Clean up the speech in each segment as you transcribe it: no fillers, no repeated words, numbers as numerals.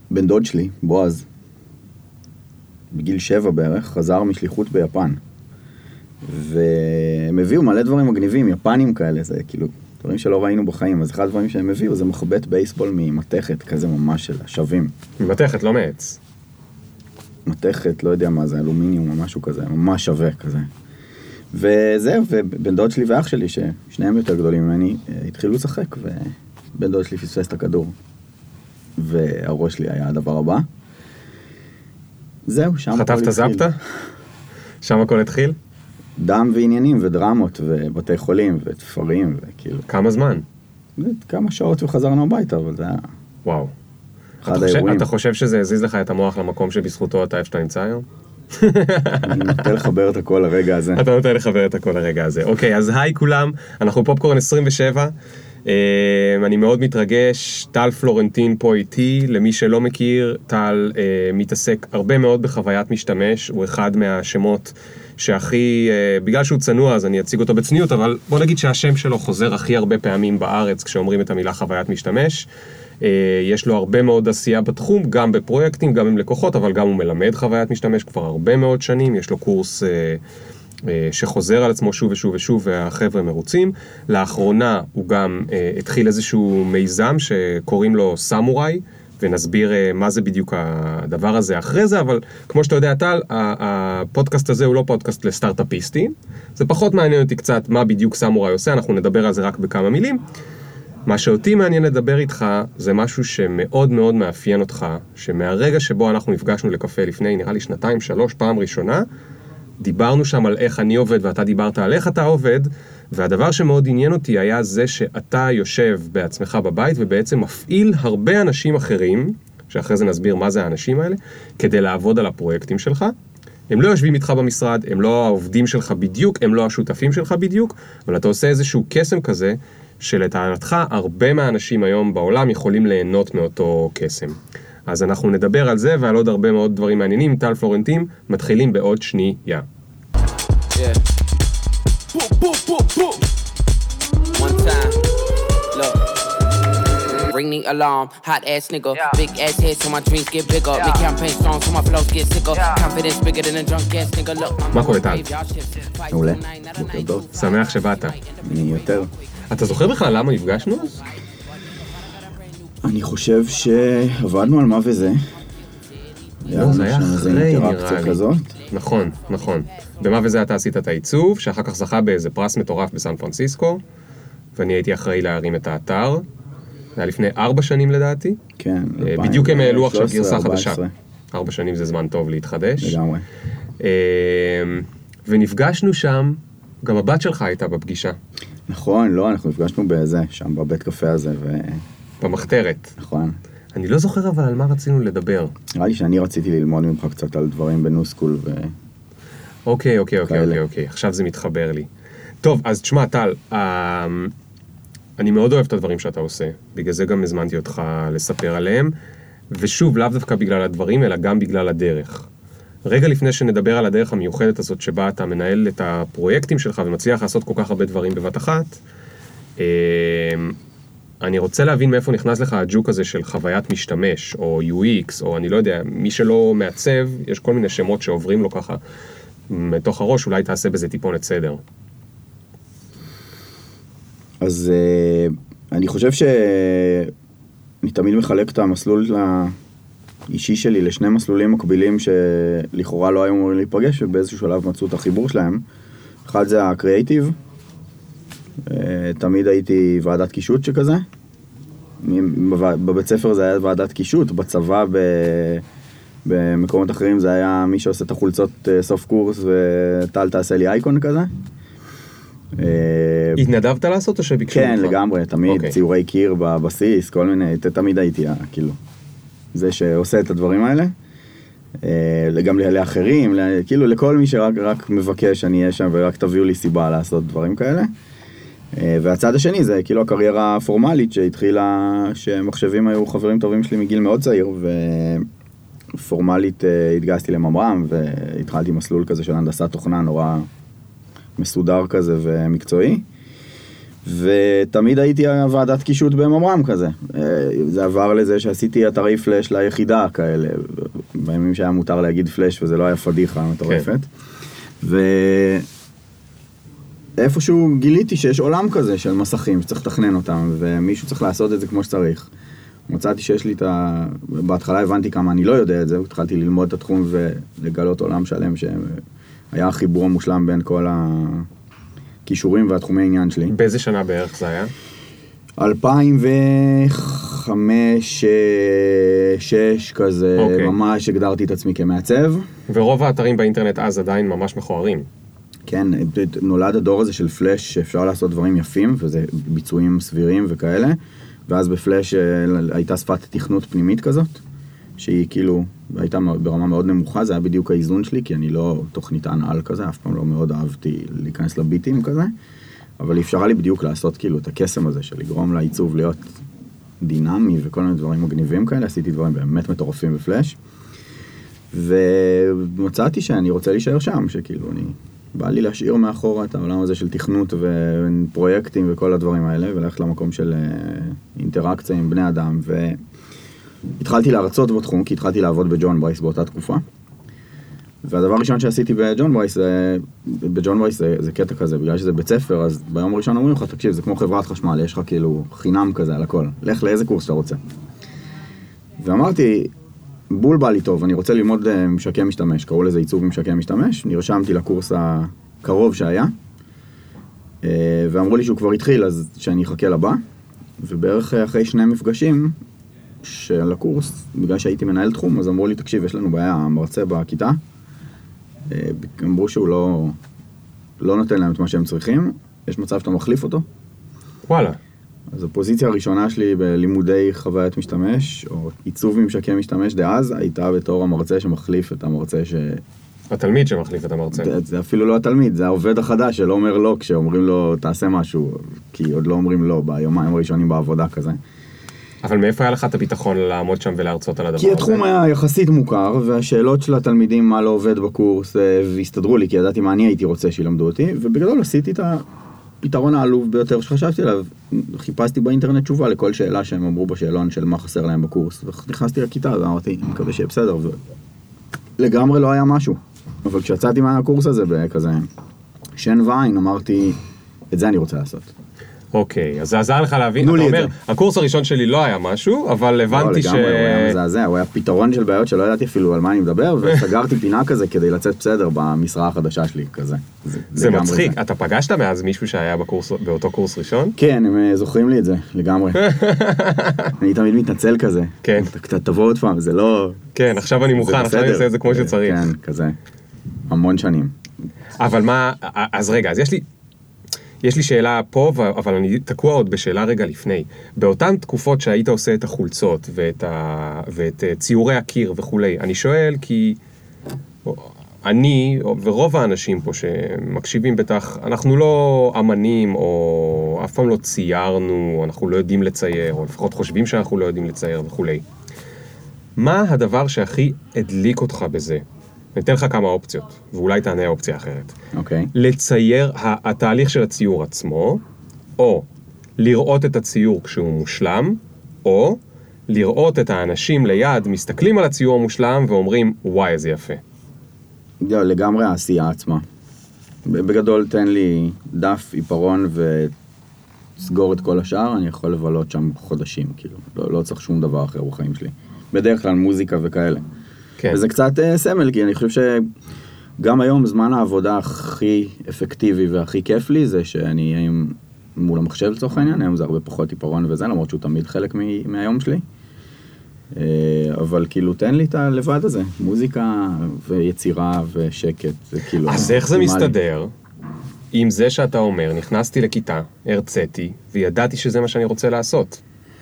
בן דוד שלי, בועז, בגיל 7 בערך, חזר משליחות ביפן. והם הביאו מלא דברים מגניבים, יפנים כאלה, זה כאילו דברים שלא ראינו בחיים. אז אחד הדברים שהם הביאו זה מחבט בייסבול ממתכת, כזה ממש של השווים. ממתכת, לא מעץ. מתכת, לא יודע מה זה, אלומיניום או משהו כזה, ממש שווה כזה. וזהו, ובן דוד שלי ואח שלי, ששניהם יותר גדולים ממני, התחילו לשחק, ובן דוד שלי פספס את הכדור. והראש שלי היה הדבר הבא. זהו, שם הכל התחיל. חטפת זפת? שם הכל התחיל? דם ועניינים ודרמות ובתי חולים ותפרים וכאילו. כמה זמן? כמה שעות וחזרנו הביתה, אבל זה היה... וואו. אחד האירועים. אתה חושב שזה הזיז לך את המוח למקום שבזכותו אתה איפה שאתה נמצא היום? אני נוטה לחבר את הכל לרגע הזה. אתה נוטה לחבר את הכל לרגע הזה. אוקיי, אז היי כולם, אנחנו פופקורן 27. אני מאוד מתרגש, טל פלורנטין פה איתי. למי שלא מכיר, טל מתעסק הרבה מאוד בחוויית משתמש. הוא אחד מהשמות שהכי, בגלל שהוא צנוע אז אני אציג אותו בצניעות, אבל בוא נגיד שהשם שלו חוזר הכי הרבה פעמים בארץ כשאומרים את המילה חוויית משתמש. יש לו הרבה מאוד עשייה בתחום, גם בפרויקטים, גם עם לקוחות, אבל גם הוא מלמד חוויית משתמש כבר הרבה מאוד שנים. יש לו קורס שחוזר על עצמו שוב ושוב ושוב, והחבר'ה מרוצים. לאחרונה הוא גם התחיל איזשהו מיזם שקוראים לו סמוראי, ונסביר מה זה בדיוק הדבר הזה אחרי זה, אבל כמו שאתה יודע, טל, הפודקאסט הזה הוא לא פודקאסט לסטארט-אפיסטים. זה פחות מעניין אותי קצת מה בדיוק סמוראי עושה, אנחנו נדבר על זה רק בכמה מילים. מה שאותי מעניין לדבר איתך, זה משהו שמאוד מאוד מאפיין אותך, שמהרגע שבו אנחנו נפגשנו לקפה לפני, נראה לי 2-3 פעם ראשונה, דיברנו שם על איך אני עובד, ואתה דיברת על איך אתה עובד, והדבר שמאוד עניין אותי היה זה שאתה יושב בעצמך בבית, ובעצם מפעיל הרבה אנשים אחרים, שאחרי זה נסביר מה זה האנשים האלה, כדי לעבוד על הפרויקטים שלך. הם לא יושבים איתך במשרד, הם לא העובדים שלך בדיוק, הם לא השותפים שלך בדיוק, אבל אתה עושה איזשהו קסם כזה, שלטענתך הרבה מהאנשים היום בעולם יכולים ליהנות מאותו קסם. אז אנחנו נדבר על זה ועל עוד הרבה מאוד דברים מעניינים. טל פלורנטין, מתחילים בעוד שנייה. Ring the alarm, hot ass nigga, big ass head so my dreams get bigger, make campaign songs so my flows get sicker, confidence bigger than a drunk ass nigga, look. מה קורה טל? מעולה, בוקר טוב. שמח שבאת. אני יותר. אתה זוכר בכלל למה נפגשנו? אני חושב שעבדנו על מה וזה. זה היה אחרי נראה לי. כזאת. נכון, נכון. במה וזה אתה עשית את העיצוב, שאחר כך זכה באיזה פרס מטורף בסן פרנסיסקו, ואני הייתי אחראי להרים את האתר. זה היה לפני 4 שנים לדעתי. כן. בדיוק הם העלו עכשיו גרסה חדשה. 4 שנים זה זמן טוב להתחדש. לגמרי. ונפגשנו שם, גם הבת שלך הייתה בפגישה. נכון, לא, אנחנו נפגשנו בזה, שם בבית קפה הזה, במחתרת. נכון. אני לא זוכר אבל על מה רצינו לדבר. נראה לי שאני רציתי ללמוד ממך קצת על דברים בנוסקול אוקיי, עכשיו זה מתחבר לי. טוב, אז תשמע, טל, אני מאוד אוהב את הדברים שאתה עושה, בגלל זה גם הזמנתי אותך לספר עליהם, ושוב, לאו דווקא בגלל הדברים, אלא גם בגלל הדרך. רגע לפני שנדבר על הדרך המיוחדת הזאת שבה אתה מנהל את הפרויקטים שלך ומצליח לעשות כל כך הרבה דברים בבת אחת, אני רוצה להבין מאיפה נכנס לך הג'וק הזה של חוויית משתמש, או UX, או אני לא יודע, מי שלא מעצב, יש כל מיני שמות שעוברים לו ככה מתוך הראש, אולי תעשה בזה טיפונת סדר. אז אני חושב שאני תמיד מחלק את המסלול האישי שלי לשני מסלולים מקבילים שלכאורה לא היו אמורים להיפגש, ובאיזשהו שלב מצאו את החיבור שלהם. אחד זה הקריאייטיב, תמיד הייתי ועדת קישוט שכזה. בבית ספר זה היה ועדת קישוט, בצבא במקומות אחרים זה היה מי שעושה את החולצות סוף קורס וטל תעשה לי אייקון כזה. התנדבת לעשות או שביקשו? כן, לגמרי, תמיד ציורי קיר בבסיס, כל מיני, תמיד הייתי כאילו זה שעושה את הדברים האלה. גם לאחרים, כאילו לכל מי שרק מבקש אני אהיה שם ורק תביאו לי סיבה לעשות דברים כאלה. והצד השני זה כאילו הקריירה הפורמלית שהתחילה, שמחשבים היו חברים טובים שלי מגיל מאוד צעיר, ופורמלית התגייסתי לממר"ם והתחלתי מסלול כזה של הנדסת תוכנה נורא מסודר כזה ומקצועי. ותמיד הייתי ועדת קישוט בממר"ם כזה. זה עבר לזה שעשיתי אתרי פלאש ליחידה כאלה, בימים שהיה מותר להגיד פלאש וזה לא היה פדיחה מטורפת. ואיפשהו גיליתי שיש עולם כזה של מסכים שצריך לתכנן אותם, ומישהו צריך לעשות את זה כמו שצריך. מצאתי שיש לי בהתחלה הבנתי כמה אני לא יודע את זה, התחלתי ללמוד את התחום ולגלות עולם שלם שהיה החיבור המושלם בין כל הכישורים והתחומי העניין שלי. באיזה שנה בערך זה היה? 2005, 2006 כזה, ממש הגדרתי את עצמי כמעצב. ורוב האתרים באינטרנט אז עדיין ממש מכוערים. כן, נולד הדור הזה של פלאש שאפשר לעשות דברים יפים, וזה ביצועים סבירים וכאלה. ואז בפלאש הייתה שפת תכנות פנימית כזאת, שהיא כאילו הייתה ברמה מאוד נמוכה, זה היה בדיוק האיזון שלי, כי אני לא תוכניתן על כזה, אף פעם לא מאוד אהבתי להיכנס לביטים כזה, אבל אפשרה לי בדיוק לעשות כאילו את הקסם הזה, של לגרום לעיצוב להיות דינמי וכל מיני דברים מגניבים כאלה, עשיתי דברים באמת מטורפים בפלאש, ומצאתי שאני רוצה להישאר שם, שכאילו בא לי להשאיר מאחורה את העולם הזה של תכנות ופרויקטים וכל הדברים האלה, וללכת למקום של אינטראקציה עם בני אדם, והתחלתי להרצות בתחום, כי התחלתי לעבוד בג'ון ברייס באותה תקופה, והדבר הראשון שעשיתי בג'ון ברייס, זה קטע כזה, בגלל שזה בית ספר, אז ביום הראשון אומרים לך, תקשיב, זה כמו חברת חשמל, יש לך כאילו חינם כזה על הכל, לך לאיזה קורס שאתה רוצה. ואמרתי, בול בא לי טוב, אני רוצה ללמוד ממשקי משתמש, קראו לזה עיצוב ממשקי משתמש, נרשמתי לקורס הקרוב שהיה, ואמרו לי שהוא כבר התחיל, אז שאני אחכה לבא, ובערך אחרי 2 מפגשים של הקורס, בגלל שהייתי מנהל תחום, אז אמרו לי, תקשיב, יש לנו בעיה, המרצה בכיתה, אמרו שהוא לא נותן להם את מה שהם צריכים, יש מצב שאתה מחליף אותו. וואלה. אז הפוזיציה הראשונה שלי בלימודי חוויית משתמש, או עיצוב ממשקי משתמש דאז, הייתה בתור המרצה שמחליף את המרצה התלמיד שמחליף את המרצה. זה אפילו לא התלמיד, זה העובד החדש שלא אומר לא, כשאומרים לו תעשה משהו, כי עוד לא אומרים לא, ביומיים הראשונים בעבודה כזה. אבל מאיפה היה לך את הביטחון לעמוד שם ולהרצות על הדבר הזה? כי התחום היה יחסית מוכר, והשאלות של התלמידים מה לא עובד בקורס, והסתדרו לי, כי ידעתי מה אני הייתי רוצה שילמדו אותי, ובגדול עשיתי את הפתרון העלוב ביותר שחשבתי עליו. חיפשתי באינטרנט תשובה לכל שאלה שהם אמרו בשאלון של מה חסר להם בקורס, ונכנסתי לכיתה ואמרתי, אני מקווה שיהיה בסדר, ולגמרי לא היה משהו. אבל כשיצאתי מהקורס הזה בכזה שן ועין, אמרתי, את זה אני רוצה לעשות. אוקיי, אז זה עזר לך להבין, אתה אומר, הקורס הראשון שלי לא היה משהו, אבל הבנתי לא, לגמרי, הוא היה מזעזע, הוא היה פתרון של בעיות שלא ידעתי אפילו על מה אני מדבר, וסגרתי פינה כזה כדי לצאת בסדר במשרה החדשה שלי, כזה. זה מצחיק, אתה פגשת מאז מישהו שהיה באותו קורס ראשון? כן, הם זוכרים לי את זה, לגמרי. אני תמיד מתנצל כזה. כן. תבוא עוד פעם, זה לא... כן, עכשיו אני מוכן, עכשיו אני עושה את זה כמו שצריך. כן, כזה. המון שנים. אבל מה, אז רגע, אז יש לי שאלה פה, אבל אני תקוע עוד בשאלה רגע לפני. באותן תקופות שהיית עושה את החולצות ואת ציורי הקיר וכולי, אני שואל כי אני ורוב האנשים פה שמקשיבים בטח, אנחנו לא אמנים או אף פעם לא ציירנו, אנחנו לא יודעים לצייר, או לפחות חושבים שאנחנו לא יודעים לצייר וכולי. מה הדבר שהכי הדליק אותך בזה? אני אתן לך כמה אופציות, ואולי תענה אופציה אחרת. אוקיי. לצייר, התהליך של הציור עצמו, או לראות את הציור כשהוא מושלם, או לראות את האנשים ליד, מסתכלים על הציור המושלם ואומרים, וואי, איזה יפה. לגמרי העשייה עצמה. בגדול תן לי דף, עיפרון וסגור את כל השאר, אני יכול לבלות שם חודשים, כאילו. לא צריך שום דבר אחר בחיים שלי. בדרך כלל מוזיקה וכאלה. כן. וזה קצת סמל, כי אני חושב שגם היום זמן העבודה הכי אפקטיבי והכי כיף לי זה שאני אהיה מול המחשב לצורך העניין, היום זה הרבה פחות עיפרון וזה, למרות שהוא תמיד חלק מהיום שלי. אבל כאילו תן לי את הלבד הזה, מוזיקה ויצירה ושקט, זה כאילו... אז איך זה מסתדר עם זה שאתה אומר, נכנסתי לכיתה, הרציתי, וידעתי שזה מה שאני רוצה לעשות?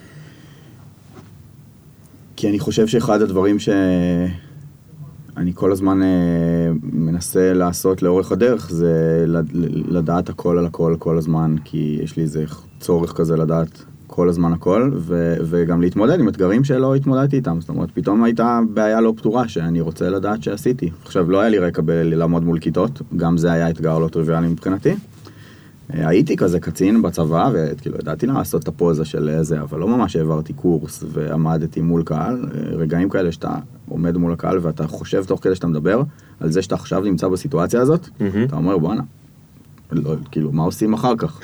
כי אני חושב שאחד הדברים שאני כל הזמן מנסה לעשות לאורך הדרך, זה לדעת הכל על הכל כל הזמן, כי יש לי איזה צורך כזה לדעת כל הזמן הכל, וגם להתמודד עם אתגרים שלא התמודדתי איתם. זאת אומרת, פתאום הייתה בעיה לא פתורה שאני רוצה לדעת שעשיתי. עכשיו, לא היה לי רקע לעמוד מול כיתות, גם זה היה אתגר לא טריוויאלי מבחינתי, הייתי כזה קצין בצבא, וכאילו ידעתי לעשות את הפוזה של זה, אבל לא ממש העברתי קורס ועמדתי מול קהל. רגעים כאלה שאתה עומד מול הקהל ואתה חושב תוך כדי שאתה מדבר על זה שאתה עכשיו נמצא בסיטואציה הזאת, אתה אומר בואנה, לא, כאילו מה עושים אחר כך?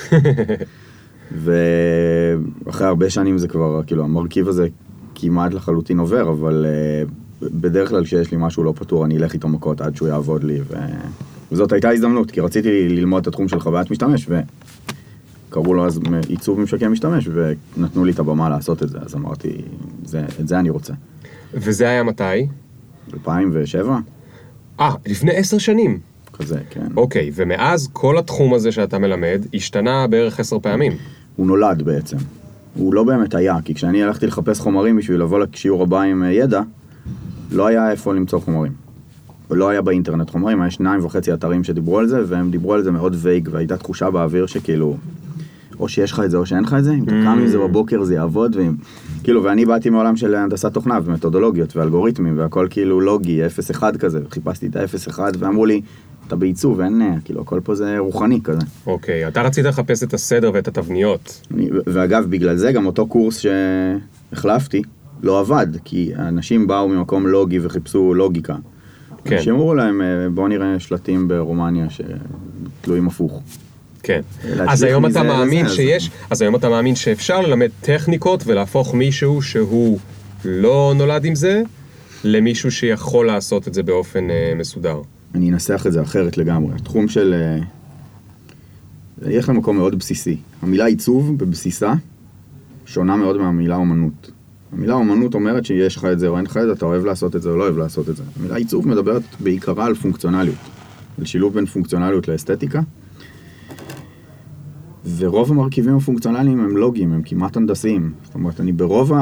ואחרי הרבה שנים זה כבר, כאילו המרכיב הזה כמעט לחלוטין עובר, אבל בדרך כלל כשיש לי משהו לא פתור אני אלך איתו מכות עד שהוא יעבוד לי, וזאת הייתה הזדמנות, כי רציתי ללמוד את התחום של חוויית משתמש, וקראו לו אז עיצוב ממשקי משתמש, ונתנו לי את הבמה לעשות את זה, אז אמרתי, את זה אני רוצה. וזה היה מתי? 2007. לפני 10 שנים. כזה, כן. אוקיי, ומאז כל התחום הזה שאתה מלמד, השתנה בערך 10 פעמים. הוא נולד בעצם. הוא לא באמת היה, כי כשאני הלכתי לחפש חומרים בשביל לבוא לשיעור הבא עם ידע, לא היה איפה למצוא חומרים. לא היה באינטרנט חומרים, היה 2.5 אתרים שדיברו על זה, והם דיברו על זה מאוד וייג, והייתה תחושה באוויר שכאילו, או שיש לך את זה או שאין לך את זה, אם אתה קם עם זה בבוקר זה יעבוד, כאילו, ואני באתי מעולם של הנדסת תוכנה ומתודולוגיות ואלגוריתמים, והכל כאילו לוגי, 0-1 כזה, וחיפשתי את ה-0-1, ואמרו לי, אתה בעיצוב, אין, כאילו, הכל פה זה רוחני כזה. אוקיי, אתה רצית לחפש את הסדר ואת התבניות. ואגב, בגלל זה גם אותו קורס שהחלפתי, לא עבד, כי האנשים באו ממקום לוגי וחיפשו לוגיקה. כן. שאמרו להם, בואו נראה שלטים ברומניה שתלויים הפוך. כן. אז היום אתה מאמין שיש, אז היום אתה מאמין שאפשר ללמד טכניקות ולהפוך מישהו שהוא לא נולד עם זה, למישהו שיכול לעשות את זה באופן מסודר. אני אנסח את זה אחרת לגמרי. התחום של... יש למקום מאוד בסיסי. המילה עיצוב בבסיסה שונה מאוד מהמילה אומנות. המילה אומנות אומרת שיש לך את זה או אין לך את זה, אתה אוהב לעשות את זה או לא אוהב לעשות את זה. המילה עיצוב מדברת בעיקרה על פונקציונליות. על שילוב בין פונקציונליות לאסתטיקה. ורוב המרכיבים הפונקציונליים הם לוגיים, הם כמעט הנדסיים. זאת אומרת, אני ברוב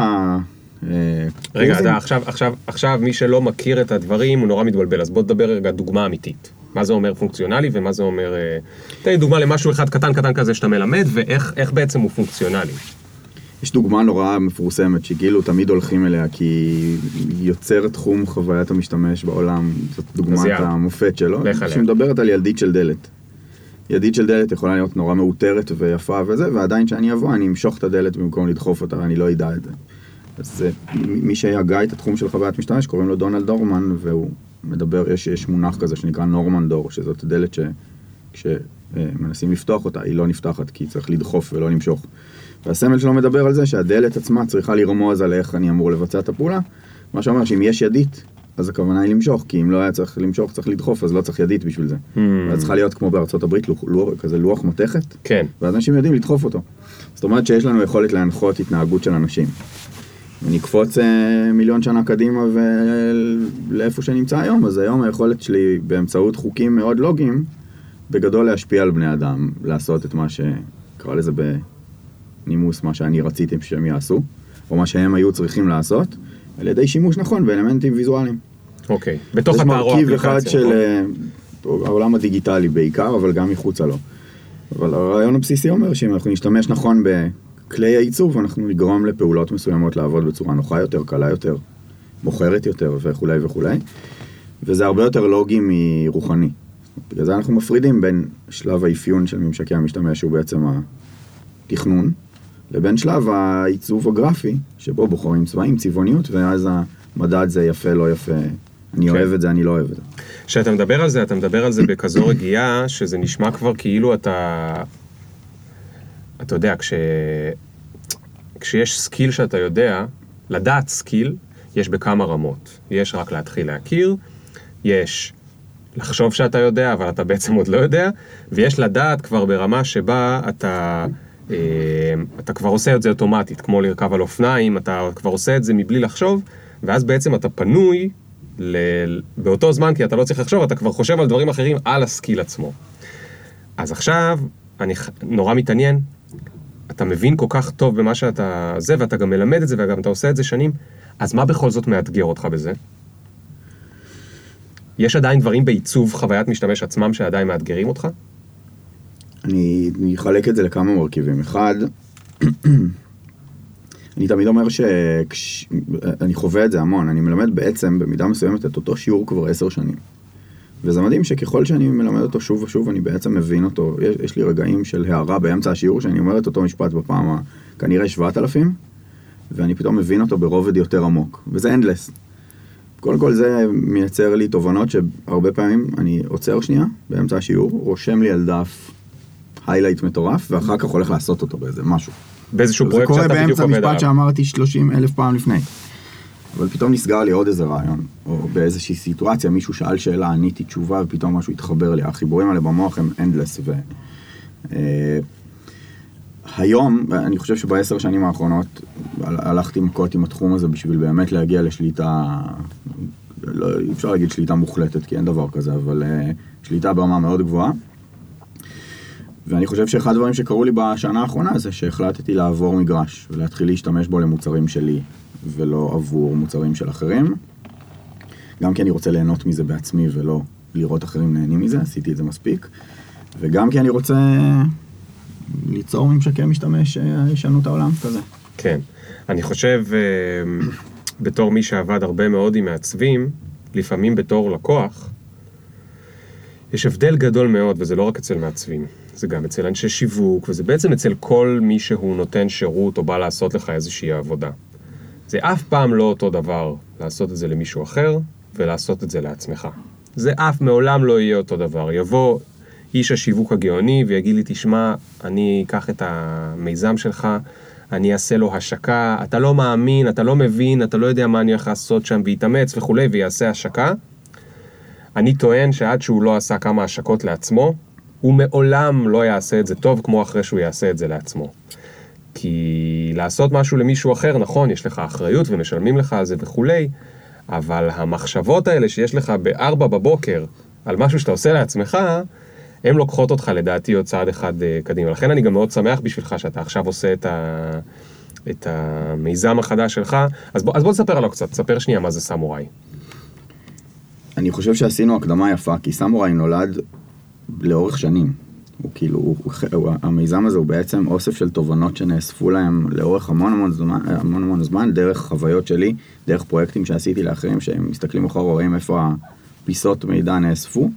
רגע, עכשיו מי שלא מכיר את הדברים הוא נורא מתבלבל, אז בוא תדבר רגע דוגמה אמיתית. מה זה אומר פונקציונלי ומה זה אומר... תן לי דוגמה למשהו אחד קטן כזה שאתה מלמד, ואיך בעצם הוא פונקציונלי. יש דוגמה נורא מפורסמת שגילו תמיד הולכים אליה, כי היא יוצרת תחום חוויית המשתמש בעולם, זאת דוגמת המופת שלו, שמדברת על ילדית של דלת. ילדית של דלת יכולה להיות נורא מאותרת ויפה וזה, ועדיין שאני אבוא, אני אמשוך את הדלת במקום לדחוף אותה, אני לא ידע את זה. אז מי שהגה את התחום של חוויית משתמש, קוראים לו דונלד דורמן, והוא מדבר, יש מונח כזה שנקרא נורמן דור, שזאת דלת שכשמנסים לפתוח אותה, היא לא נפתחת, כי צריך לדחוף ולא למשוך. והסמל שלו מדבר על זה שהדלת עצמה צריכה לרמוז על איך אני אמור לבצע את הפעולה, מה שאומר שאם יש ידית, אז הכוונה היא למשוך, כי אם לא היה צריך למשוך, צריך לדחוף, אז לא צריך ידית בשביל זה. אז צריכה להיות כמו בארצות הברית, כזה לוח מתכת, כן. ואז אנשים יודעים לדחוף אותו. זאת אומרת שיש לנו יכולת להנחות התנהגות של אנשים. ונקפוץ 1,000,000 שנה קדימה ולאיפה שנמצא היום, אז היום היכולת שלי באמצעות חוקים מאוד לוגיים, בגדול להשפיע על בני אדם, לעשות את מה שקרא לזה בנימוס, מה שאני רציתי שהם יעשו, או מה שהם היו צריכים לעשות, על ידי שימוש נכון באלמנטים ויזואליים. אוקיי, בתוך אתר או אפליקציה. יש מרכיב אחד של העולם הדיגיטלי בעיקר, אבל גם מחוצה לו. אבל הרעיון הבסיסי אומר שאם אנחנו נשתמש נכון בכלי העיצוב, אנחנו נגרום לפעולות מסוימות לעבוד בצורה נוחה יותר, קלה יותר, מוכרת יותר וכו' וכו'. וזה הרבה יותר לוגי מרוחני. בגלל זה אנחנו מפרידים בין שלב האפיון של ממשקי המשתמש, שהוא בעצם התכנון, לבין שלב העיצוב הגרפי, שבו בוחרים צבעים, צבעוניות, ואז המדד זה יפה, לא יפה, אני אוהב את זה, אני לא אוהב את זה. כשאתה מדבר על זה, אתה מדבר על זה בכזו רגיעה, שזה נשמע כבר כאילו אתה יודע, כשיש סקיל שאתה יודע, לדעת סקיל, יש בכמה רמות. יש רק להתחיל להכיר, יש לחשוב שאתה יודע, אבל אתה בעצם עוד לא יודע, ויש לדעת כבר ברמה שבה אתה כבר עושה את זה אוטומטית, כמו לרכב על אופניים, אתה כבר עושה את זה מבלי לחשוב, ואז בעצם אתה פנוי באותו זמן, כי אתה לא צריך לחשוב, אתה כבר חושב על דברים אחרים על הסקיל עצמו. אז עכשיו, אני נורא מתעניין, אתה מבין כל כך טוב במה שאתה זה, ואתה גם מלמד את זה, וגם אתה עושה את זה שנים, אז מה בכל זאת מאתגר אותך בזה? יש עדיין דברים בעיצוב חוויית משתמש עצמם שעדיין מאתגרים אותך? אני אחלק את זה לכמה מרכיבים. אחד, אני תמיד אומר אני חווה את זה המון, אני מלמד בעצם במידה מסוימת את אותו שיעור כבר 10 שנים. וזה מדהים שככל שאני מלמד אותו שוב ושוב, אני בעצם מבין אותו. יש לי רגעים של הערה באמצע השיעור, שאני אומר את אותו משפט בפעם כנראה 7,000, ואני פתאום מבין אותו ברובד יותר עמוק. וזה endless. קודם כל זה מייצר לי תובנות שהרבה פעמים אני עוצר שנייה באמצע השיעור, רושם לי על דף highlight מטורף, ואחר כך הולך לעשות אותו באיזה משהו. באיזשהו פרויקט שאתה בדיוק עובד עליו. זה קורה באמצע משפט שאמרתי 30,000 פעם לפני. אבל פתאום נסגר לי עוד איזה רעיון, או באיזושהי סיטואציה, מישהו שאל שאלה, עניתי תשובה, ופתאום משהו התחבר לי. החיבורים האלה במוח הם endless. היום, אני חושב שב10 שנים האחרונות, הלכתי מכות עם התחום הזה בשביל באמת להגיע לשליטה, לא אפשר להגיד שליטה מוחלטת, כי אין דבר כזה, אבל שליטה ברמה מאוד גבוהה. ואני חושב שאחד הדברים שקרו לי בשנה האחרונה זה שהחלטתי לעבור מגרש, ולהתחיל להשתמש בו למוצרים שלי, ולא עבור מוצרים של אחרים. גם כי אני רוצה ליהנות מזה בעצמי, ולא לראות אחרים נהנים מזה, עשיתי את זה מספיק. וגם כי אני רוצה ליצור ממשקי משתמש שישנו את העולם כזה. כן. אני חושב, בתור מי שעבד הרבה מאוד עם מעצבים, לפעמים בתור לקוח, יש הבדל גדול מאוד, וזה לא רק אצל מעצבים. זה גם אצל אנשי שיווק, וזה בעצם אצל כל מי שהוא נותן שירות או בא לעשות לך איזושהי עבודה. זה אף פעם לא אותו דבר לעשות את זה למישהו אחר, ולעשות את זה לעצמך. זה אף מעולם לא יהיה אותו דבר. יבוא איש השיווק הגאוני ויגיד לי, תשמע, אני אקח את המיזם שלך, אני אעשה לו השקה, אתה לא מאמין, אתה לא מבין, אתה לא יודע מה אני הולך לעשות שם, ויתאמץ וכולי, ויעשה השקה. אני טוען שעד שהוא לא עשה כמה השקות לעצמו, הוא מעולם לא יעשה את זה טוב, כמו אחרי שהוא יעשה את זה לעצמו. כי לעשות משהו למישהו אחר, נכון, יש לך אחריות ומשלמים לך על זה וכולי, אבל המחשבות האלה שיש לך ב4 בבוקר על משהו שאתה עושה לעצמך, הן לוקחות אותך לדעתי עוד צעד אחד קדימה. לכן אני גם מאוד שמח בשבילך שאתה עכשיו עושה את המיזם החדש שלך. אז בוא תספר עליו קצת, תספר שנייה מה זה סמוראי. אני חושב שעשינו הקדמה יפה, כי סמוראי נולד לאורך שנים. הוא כאילו, המיזם הזה הוא בעצם אוסף של תובנות שנאספו להם לאורך המון זמן, דרך חוויות שלי, דרך פרויקטים שעשיתי לאחרים, שהם מסתכלים אחורה, רואים איפה הפיסות מידע נאספו.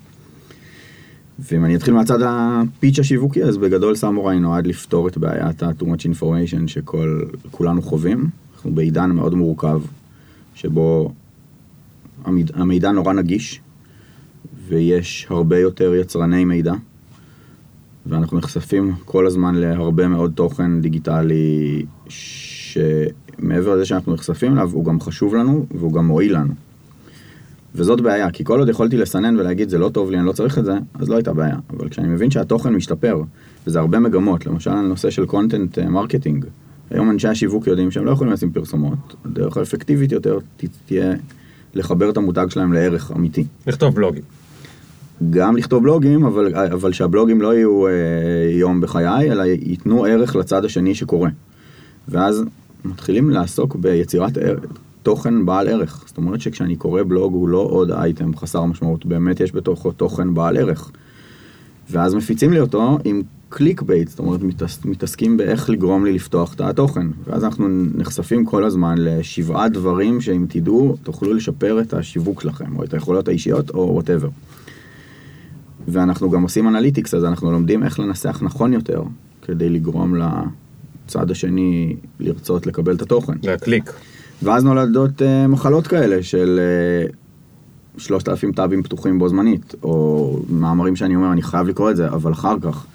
ואם אני אתחיל מהצד הפיץ' השיווקי, אז בגדול סמוראי נועד לפתור את בעיית ה-too much information שכולנו חווים. אנחנו בעידן מאוד מורכב, שבו המידע נורא נגיש, ויש הרבה יותר יצרני מידע, ואנחנו נחשפים כל הזמן להרבה מאוד תוכן דיגיטלי, שמעבר לזה שאנחנו נחשפים אליו, הוא גם חשוב לנו, והוא גם מועיל לנו. וזאת בעיה, כי כל עוד יכולתי לסנן ולהגיד, זה לא טוב לי, אני לא צריך את זה, אז לא הייתה בעיה. אבל כשאני מבין שהתוכן משתפר, וזה הרבה מגמות, למשל הנושא של קונטנט מרקטינג, היום אנשי השיווק יודעים שהם לא יכולים לשים פרסומות, הדרך האפקטיבית יותר תהיה לחבר את המותג שלהם לערך אמיתי. לכתוב בלוגים. גם לכתוב בלוגים, אבל שהבלוגים לא יהיו יום בחיי, אלא ייתנו ערך לצד השני שקורה. ואז מתחילים לעסוק ביצירת תוכן בעל ערך. זאת אומרת שכשאני קורא בלוג הוא לא עוד אייטם חסר משמעות, באמת יש בתוכו תוכן בעל ערך. ואז מפיצים לי אותו עם קליק בייט, זאת אומרת מתעסקים באיך לגרום לי לפתוח את התוכן. ואז אנחנו נחשפים כל הזמן ל7 דברים שאם תדעו, תוכלו לשפר את השיווק שלכם, או את היכולות האישיות, או whatever. ואנחנו גם עושים אנליטיקס, אז אנחנו לומדים איך לנסח נכון יותר, כדי לגרום לצד השני לרצות לקבל את התוכן. להקליק. ואז נולדות מחלות כאלה של 3,000 טאבים פתוחים בו זמנית, או מאמרים שאני אומר, אני חייב לקרוא את זה, אבל אחר כך.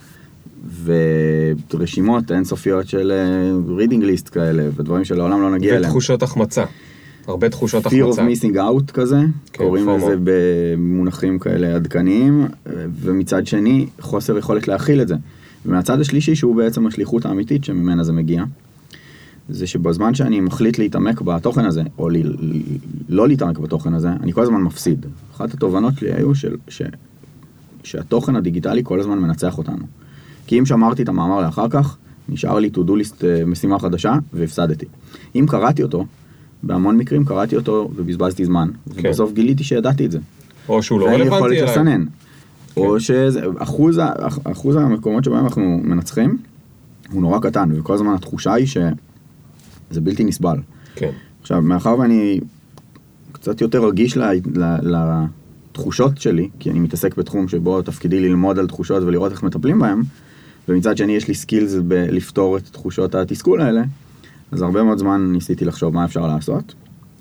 ורשימות אינסופיות של reading list כאלה, ודברים שלעולם לא נגיע אליהם. ותחושות החמצה. הרבה תחושות החמצה. fear of missing out כזה, כן, קוראים לזה במונחים כאלה עדכניים, ומצד שני, חוסר יכולת להכיל את זה. ומהצד השלישי, שהוא בעצם השליחות האמיתית שממנה זה מגיע, זה שבזמן שאני מחליט להתעמק בתוכן הזה, או לא להתעמק בתוכן הזה, אני כל הזמן מפסיד. אחת התובנות שלי היו שהתוכן הדיגיטלי כל הזמן מנצח אותנו. כי אם שמרתי את המאמר לאחר כך, נשאר לי to-do list משימה חדשה, והפסדתי. אם קראתי אותו, בהמון מקרים קראתי אותו ובזבזתי זמן, כן. ובסוף גיליתי שידעתי את זה. או שהוא לא רלוונטי אליי. ואני יכול לסנן. כן. או שאחוז המקומות שבהם אנחנו מנצחים, הוא נורא קטן, וכל הזמן התחושה היא שזה בלתי נסבל. כן. עכשיו, מאחר ואני קצת יותר רגיש התחושות שלי, כי אני מתעסק בתחום שבו תפקידי ללמוד על תחושות ולראות איך מטפלים בהם, ומצד שני יש לי סקילס בלפתור את תחושות התסכול האלה, אז הרבה מאוד זמן ניסיתי לחשוב מה אפשר לעשות.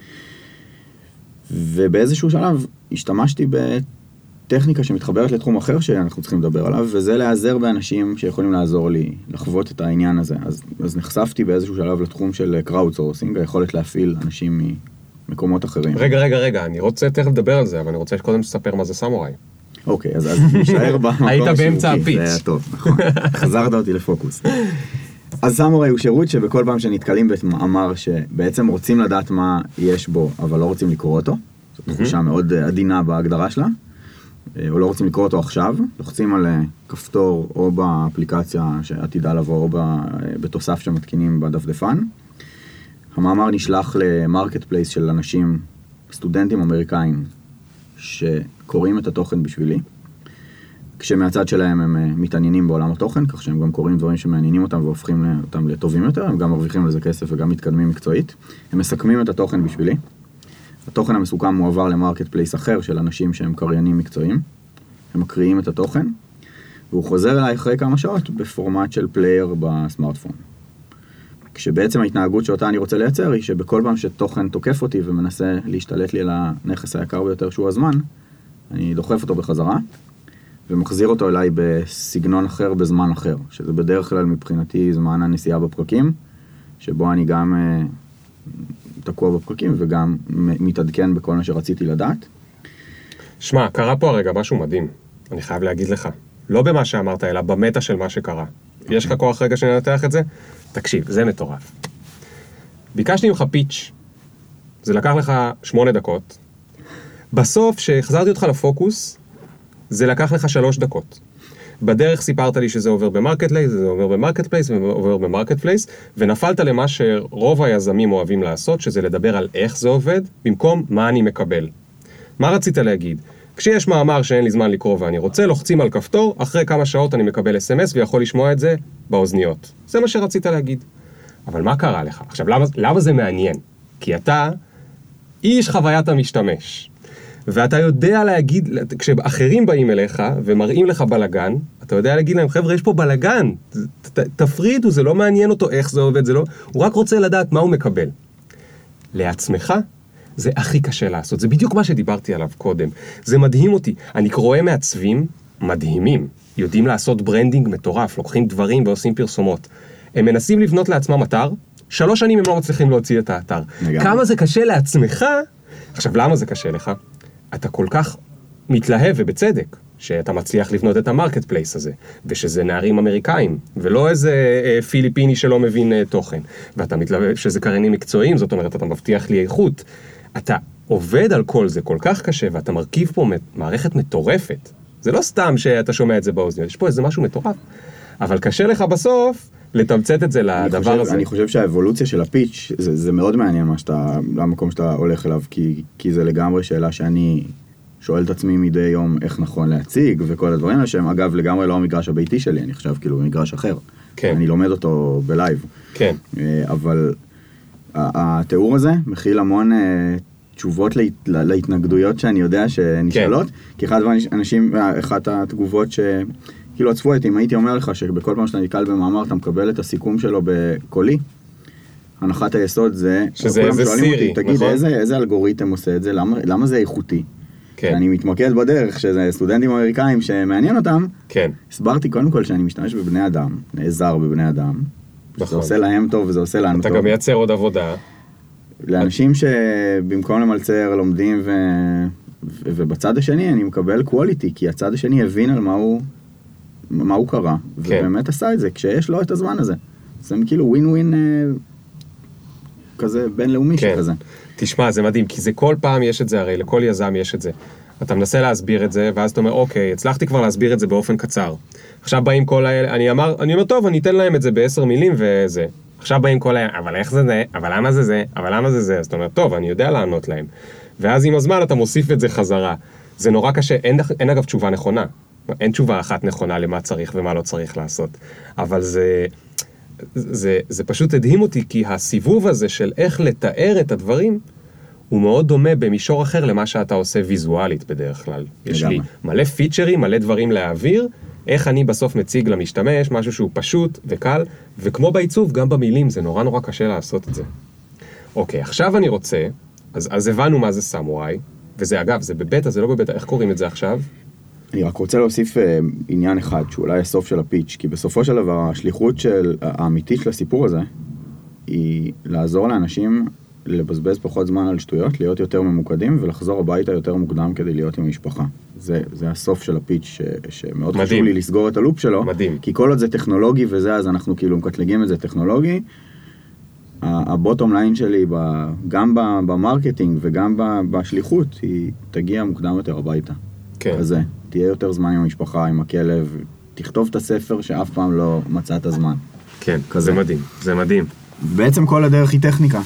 ובאיזשהו שלב השתמשתי בטכניקה שמתחברת לתחום אחר שאנחנו צריכים לדבר עליו, וזה להיעזר באנשים שיכולים לעזור לי לחוות את העניין הזה. אז נחשפתי באיזשהו שלב לתחום של crowdsourcing, היכולת להפעיל אנשים ממקומות אחרים. רגע, אני רוצה תכף לדבר על זה, אבל אני רוצה שקודם תספר מה זה סמוראי. אוקיי, אז נשאר במקום היית באמצע הפיץ'. זה היה טוב, נכון. חזרת אותי לפוקוס. אז סמוראי הוא שירות שבכל פעם שנתקלים במאמר שבעצם רוצים לדעת מה יש בו, אבל לא רוצים לקרוא אותו, זו תחושה מאוד עדינה בהגדרה שלה, או לא רוצים לקרוא אותו עכשיו, לוחצים על כפתור או באפליקציה שעתידה לבוא, או בתוסף שמתקינים בדפדפן. המאמר נשלח למרקט פלייס של אנשים, סטודנטים אמריקאים, שקוראים את התוכן בשבילי, כשמהצד שלהם הם מתעניינים בעולם התוכן, כך שהם גם קוראים דברים שמעניינים אותם והופכים אותם לטובים יותר, הם גם מרוויחים לזה כסף וגם מתקדמים מקצועית. הם מסכמים את התוכן בשבילי. התוכן המסוכם מועבר למרקט פלייס אחר של אנשים שהם קריינים מקצועיים. הם מקריאים את התוכן, והוא חוזר אליי אחרי כמה שעות בפורמט של פלייר בסמארטפון. כשבעצם ההתנהגות שאותה אני רוצה לייצר היא שבכל פעם שתוכן תוקף אותי ומנסה להשתלט לי על הנכס היקר ביותר שהוא הזמן, אני דוחף אותו בחזרה, ומחזיר אותו אליי בסגנון אחר, בזמן אחר, שזה בדרך כלל מבחינתי זמן הנסיעה בפרקים, שבו אני גם תקוע בפרקים וגם מתעדכן בכל מה שרציתי לדעת. שמע, קרה פה הרגע משהו מדהים, אני חייב להגיד לך. לא במה שאמרת, אלא במטה של מה שקרה. יש לך כוח רגע שננתח את זה? תקשיב, זה מטורף. ביקשתי ממך פיץ', זה לקח לך 8 דקות. בסוף, כשהחזרתי אותך לפוקוס, זה לקח לך 3 דקות. בדרך סיפרת לי שזה עובר במרקט פלייס, זה עובר במרקט פלייס, ועובר במרקט פלייס, ונפלת למה שרוב היזמים אוהבים לעשות, שזה לדבר על איך זה עובד, במקום מה אני מקבל. מה רצית להגיד? כשיש מאמר שאין לי זמן לקרוא ואני רוצה, לוחצים על כפתור, אחרי כמה שעות אני מקבל SMS ויכול לשמוע את זה באוזניות. זה מה שרצית להגיד. אבל מה קרה לך? עכשיו, למה זה מעניין? כי אתה איש חוויית המשתמש. ואתה יודע להגיד, כשאחרים באים אליך ומראים לך בלגן, אתה יודע להגיד להם, חבר'ה, יש פה בלגן, תפרידו, זה לא מעניין אותו איך זה עובד, הוא רק רוצה לדעת מה הוא מקבל. לעצמך, זה הכי קשה לעשות, זה בדיוק מה שדיברתי עליו קודם. זה מדהים אותי, אני רואה מעצבים מדהימים, יודעים לעשות ברנדינג מטורף, לוקחים דברים ועושים פרסומות. הם מנסים לבנות לעצמם אתר, 3 שנים הם לא מצליחים להוציא את האתר. כמה זה קשה לעצמך? עכשיו, למה זה קשה לך? אתה כל כך מתלהב ובצדק, שאתה מצליח לבנות את המרקט פלייס הזה, ושזה נערים אמריקאים, ולא איזה פיליפיני שלא מבין תוכן, ואתה מתלהב שזה קריינים מקצועיים, זאת אומרת, אתה מבטיח לי איכות. אתה עובד על כל זה כל כך קשה, ואתה מרכיב פה מערכת מטורפת. זה לא סתם שאתה שומע את זה באוזניות, יש פה איזה משהו מטורף. אבל קשה לך בסוף לתמצת את זה לדבר הזה. אני חושב שהאבולוציה של הפיץ' זה מאוד מעניין למקום שאתה הולך אליו, כי זה לגמרי שאלה שאני שואל את עצמי מדי יום איך נכון להציג, וכל הדברים האלה שהם אגב לגמרי לא המגרש הביתי שלי, אני חושב כאילו מגרש אחר. כן. אני לומד אותו בלייב. כן. אבל התיאור הזה מכיל המון תשובות להתנגדויות שאני יודע שנשאלות, כי אחת התגובות כאילו עצפו אותי, אם הייתי אומר לך שבכל פעם שאתה נתקל במאמר אתה מקבל את הסיכום שלו בקולי, הנחת היסוד זה, שזה איזה סירי, תגיד, נכון? איזה אלגוריתם עושה את זה, למה זה איכותי? כן. אני מתמקד בדרך, שזה סטודנטים אמריקאים שמעניין אותם, כן. הסברתי קודם כל שאני משתמש בבני אדם, נעזר בבני אדם, נכון. זה עושה להם טוב וזה עושה לנו טוב. אתה גם מייצר עוד עבודה. לאנשים שבמקום למלצר לומדים ובצד השני אני מקבל quality, כי הצד השני הבין על מה הוא קרא, ובאמת עשה את זה, כשיש לו את הזמן הזה. זה כאילו ווין ווין כזה בינלאומי שכזה. תשמע, זה מדהים, כי זה כל פעם יש את זה, הרי לכל יזם יש את זה. אתה מנסה להסביר את זה, ואז אתה אומר, אוקיי, הצלחתי כבר להסביר את זה באופן קצר. עכשיו באים כל האלה, אני אומר, טוב, אני אתן להם את זה ב10 מילים וזה. עכשיו באים כל האלה, אבל איך זה, אבל למה זה זה, אבל למה זה זה? אז אתה אומר, טוב, אני יודע לענות להם. ואז עם הזמן אתה מוסיף את זה חזרה. זה נורא קשה, אין אגב תשובה נכונה. אין תשובה אחת נכונה למה צריך ומה לא צריך לעשות. אבל זה פשוט הדהים אותי, כי הסיבוב הזה של איך לתאר את הדברים, הוא מאוד דומה במישור אחר למה שאתה עושה ויזואלית בדרך כלל. יש לי מלא פיצ'רים, מלא דברים להעביר, איך אני בסוף מציג למשתמש, משהו שהוא פשוט וקל, וכמו בעיצוב, גם במילים, זה נורא נורא קשה לעשות את זה. אוקיי, עכשיו אני רוצה, אז הבנו מה זה סמוראי, וזה אגב, זה בבטא, זה לא בבטא, איך קוראים את זה עכשיו? אני רק רוצה להוסיף עניין אחד, שאולי הסוף של הפיץ', כי בסופו של דבר, השליחות האמיתית של הסיפור הזה, היא לעזור לאנשים לבזבז פחות זמן על שטויות, להיות יותר ממוקדים, ולחזור הביתה יותר מוקדם כדי להיות עם המשפחה. זה הסוף של הפיץ' שמאוד מדהים. חשוב לי לסגור את הלופ שלו. מדהים. כי כל עוד זה טכנולוגי וזה, אז אנחנו כאילו מקטלגים את זה טכנולוגי. הבוטום ליין שלי, גם במרקטינג וגם בשליחות, היא תגיע מוקדם יותר הביתה. כן. כזה. תהיה יותר זמן עם המשפחה, עם הכלב, תכתוב את הספר שאף פעם לא מצאת הזמן. כן, כזה. זה מדהים, זה מדהים. בעצם כל הדרך היא טכניקה.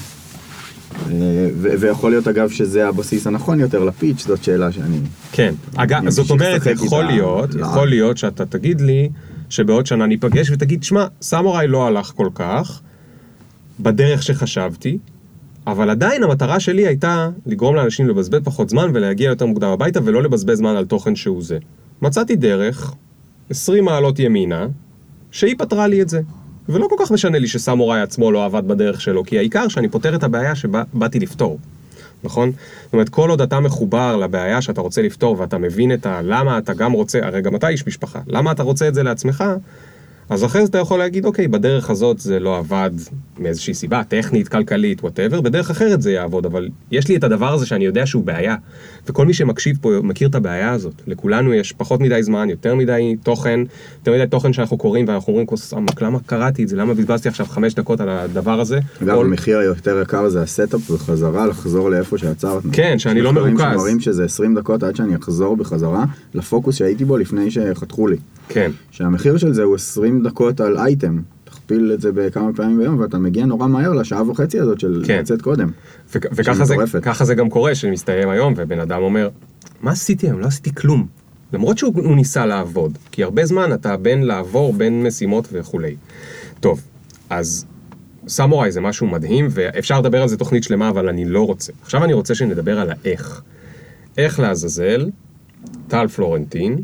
ויכול להיות אגב שזה הבסיס הנכון יותר לפיץ', זאת שאלה שאני... כן, אגב, זאת אומרת, יכול להיות שאתה תגיד לי שבעוד שנה ניפגש ותגיד, שמע, סמוראי לא הלך כל כך, בדרך שחשבתי, אבל עדיין המטרה שלי הייתה לגרום לאנשים לבזבז פחות זמן ולהגיע יותר מוקדם הביתה ולא לבזבז זמן על תוכן שהוא זה. מצאתי דרך, 20 מעלות ימינה, שהיא פתרה לי את זה. ולא כל כך משנה לי שסמוראי עצמו לא עבד בדרך שלו, כי העיקר שאני פותר את הבעיה שבאתי לפתור. נכון? זאת אומרת, כל עוד אתה מחובר לבעיה שאתה רוצה לפתור, ואתה מבין את למה אתה גם רוצה, הרי גם אתה איש משפחה, למה אתה רוצה את זה לעצמך, אז אחרי זה אתה יכול להגיד, אוקיי, בדרך הזאת זה לא עבד מאיזושהי סיבה, טכנית, כלכלית, whatever, בדרך אחרת זה יעבוד, אבל יש לי את הדבר הזה שאני יודע שהוא בעיה, וכל מי שמקשיב פה מכיר את הבעיה הזאת. לכולנו יש פחות מדי זמן, יותר מדי תוכן שאנחנו קוראים, ואנחנו אומרים, למה קראתי את זה, למה בזבזתי עכשיו 5 דקות על הדבר הזה? אגב, המחיר היותר יקר זה הסטאפ וחזרה, לחזור לאיפה שעצרנו. כן, שאני לא מרוכז. שמראים שזה 20 דקות עד שאני אחזור בחזרה לפוקוס שהייתי בו לפני שחתכו לי. כן. שהמחיר של זה הוא 20 דקות על אייטם. תכפיל את זה בכמה פעמים ביום, ואתה מגיע נורא מהר לשעה וחצי הזאת של לצאת קודם. וככה זה גם קורה, שמסתיים היום, ובן אדם אומר, מה עשיתי היום? לא עשיתי כלום. למרות שהוא ניסה לעבוד, כי הרבה זמן אתה בין לעבור, בין משימות וכו'. טוב, אז סמוראי זה משהו מדהים, ואפשר לדבר על זה תוכנית שלמה, אבל אני לא רוצה. עכשיו אני רוצה שנדבר על האיך. איך לעזאזל, טל פלורנטין,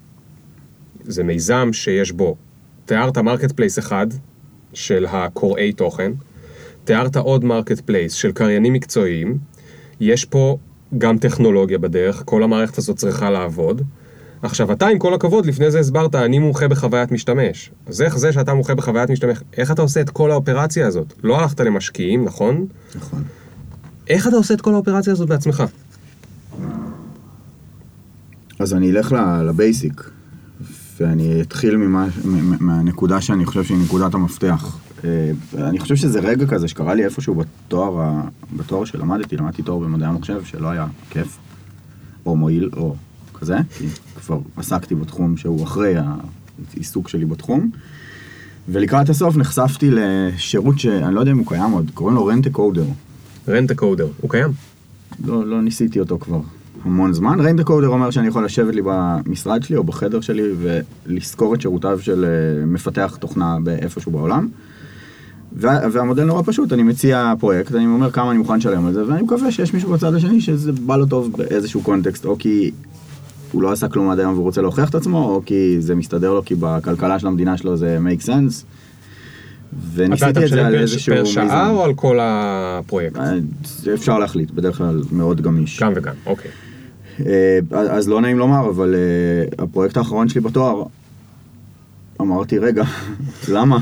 זה מיזם שיש בו, תיארת מרקט פלייס אחד של הקוראי תוכן, תיארת עוד מרקט פלייס של קריינים מקצועיים, יש פה גם טכנולוגיה בדרך, כל המערכת הזאת צריכה לעבוד. עכשיו, אתה עם כל הכבוד, לפני זה הסברת, אני מומחה בחוויית משתמש. אז איך זה שאתה מומחה בחוויית משתמש, איך אתה עושה את כל האופרציה הזאת? לא הלכת למשקיעים, נכון? נכון. איך אתה עושה את כל האופרציה הזאת בעצמך? אז אני אלך לבייסיק. ואני אתחיל מהנקודה שאני חושב שהיא נקודת המפתח. אני חושב שזה רגע כזה שקרה לי איפשהו בתואר שלמדתי תואר במדעי המחשב, שלא היה כיף, או מועיל, או כזה, כי כבר עסקתי בתחום שהוא אחרי העיסוק שלי בתחום. ולקראת הסוף נחשפתי לשירות שאני לא יודע אם הוא קיים עוד, קוראים לו Rent-A-Coder. Rent-A-Coder, הוא קיים? לא ניסיתי אותו כבר. המון זמן. Rent-A-Coder אומר שאני יכול לשבת לי במשרד שלי או בחדר שלי ולזכור את שירותיו של מפתח תוכנה באיפשהו בעולם. והמודל נורא פשוט, אני מציע פרויקט, אני אומר כמה אני מוכן לשלם על זה, ואני מקווה שיש מישהו בצד השני שזה בא לו טוב באיזשהו קונטקסט, או כי הוא לא עשה כלום עד היום והוא רוצה להוכיח את עצמו, או כי זה מסתדר לו, כי בכלכלה של המדינה שלו זה make sense. וניסיתי את זה על איזשהו מיזם. פר שעה או על כל הפרויקט? אפשר להחליט, בדרך כלל מאוד גמיש. גם וגם, אוקיי. אז לא נעים לומר, אבל הפרויקט האחרון שלי בתואר, אמרתי, רגע, למה?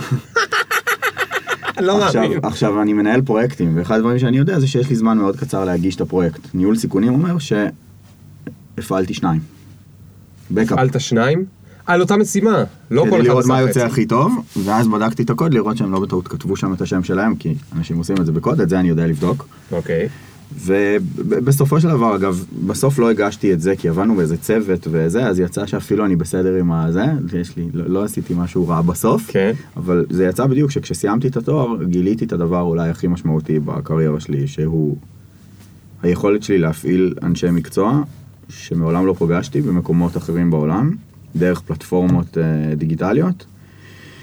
לא מאמין. עכשיו אני מנהל פרויקטים, ואחד הדברים שאני יודע זה שיש לי זמן מאוד קצר להגיש את הפרויקט. ניהול סיכונים אומר שהפעלתי 2. הפעלת 2? על אותה משימה, לא כל אחד כדי לראות מה יוצא הכי טוב, ואז בדקתי את הקוד, לראות שהם לא בטעות כתבו שם את השם שלהם, כי אנשים עושים את זה בקוד, את זה אני יודע לבדוק. אוקיי. ובסופו של דבר, אגב, בסוף לא הגשתי את זה, כי עבדנו באיזה צוות וזה, אז יצא שאפילו אני בסדר עם הזה, יש לי, לא עשיתי משהו רע בסוף, כן. אבל זה יצא בדיוק שכשסיימתי את התואר, גיליתי את הדבר אולי הכי משמעותי בקריירה שלי, שהוא היכולת שלי להפעיל אנשי מקצוע, שמעולם לא פגשתי במקומות אחרים בעולם, דרך פלטפורמות דיגיטליות,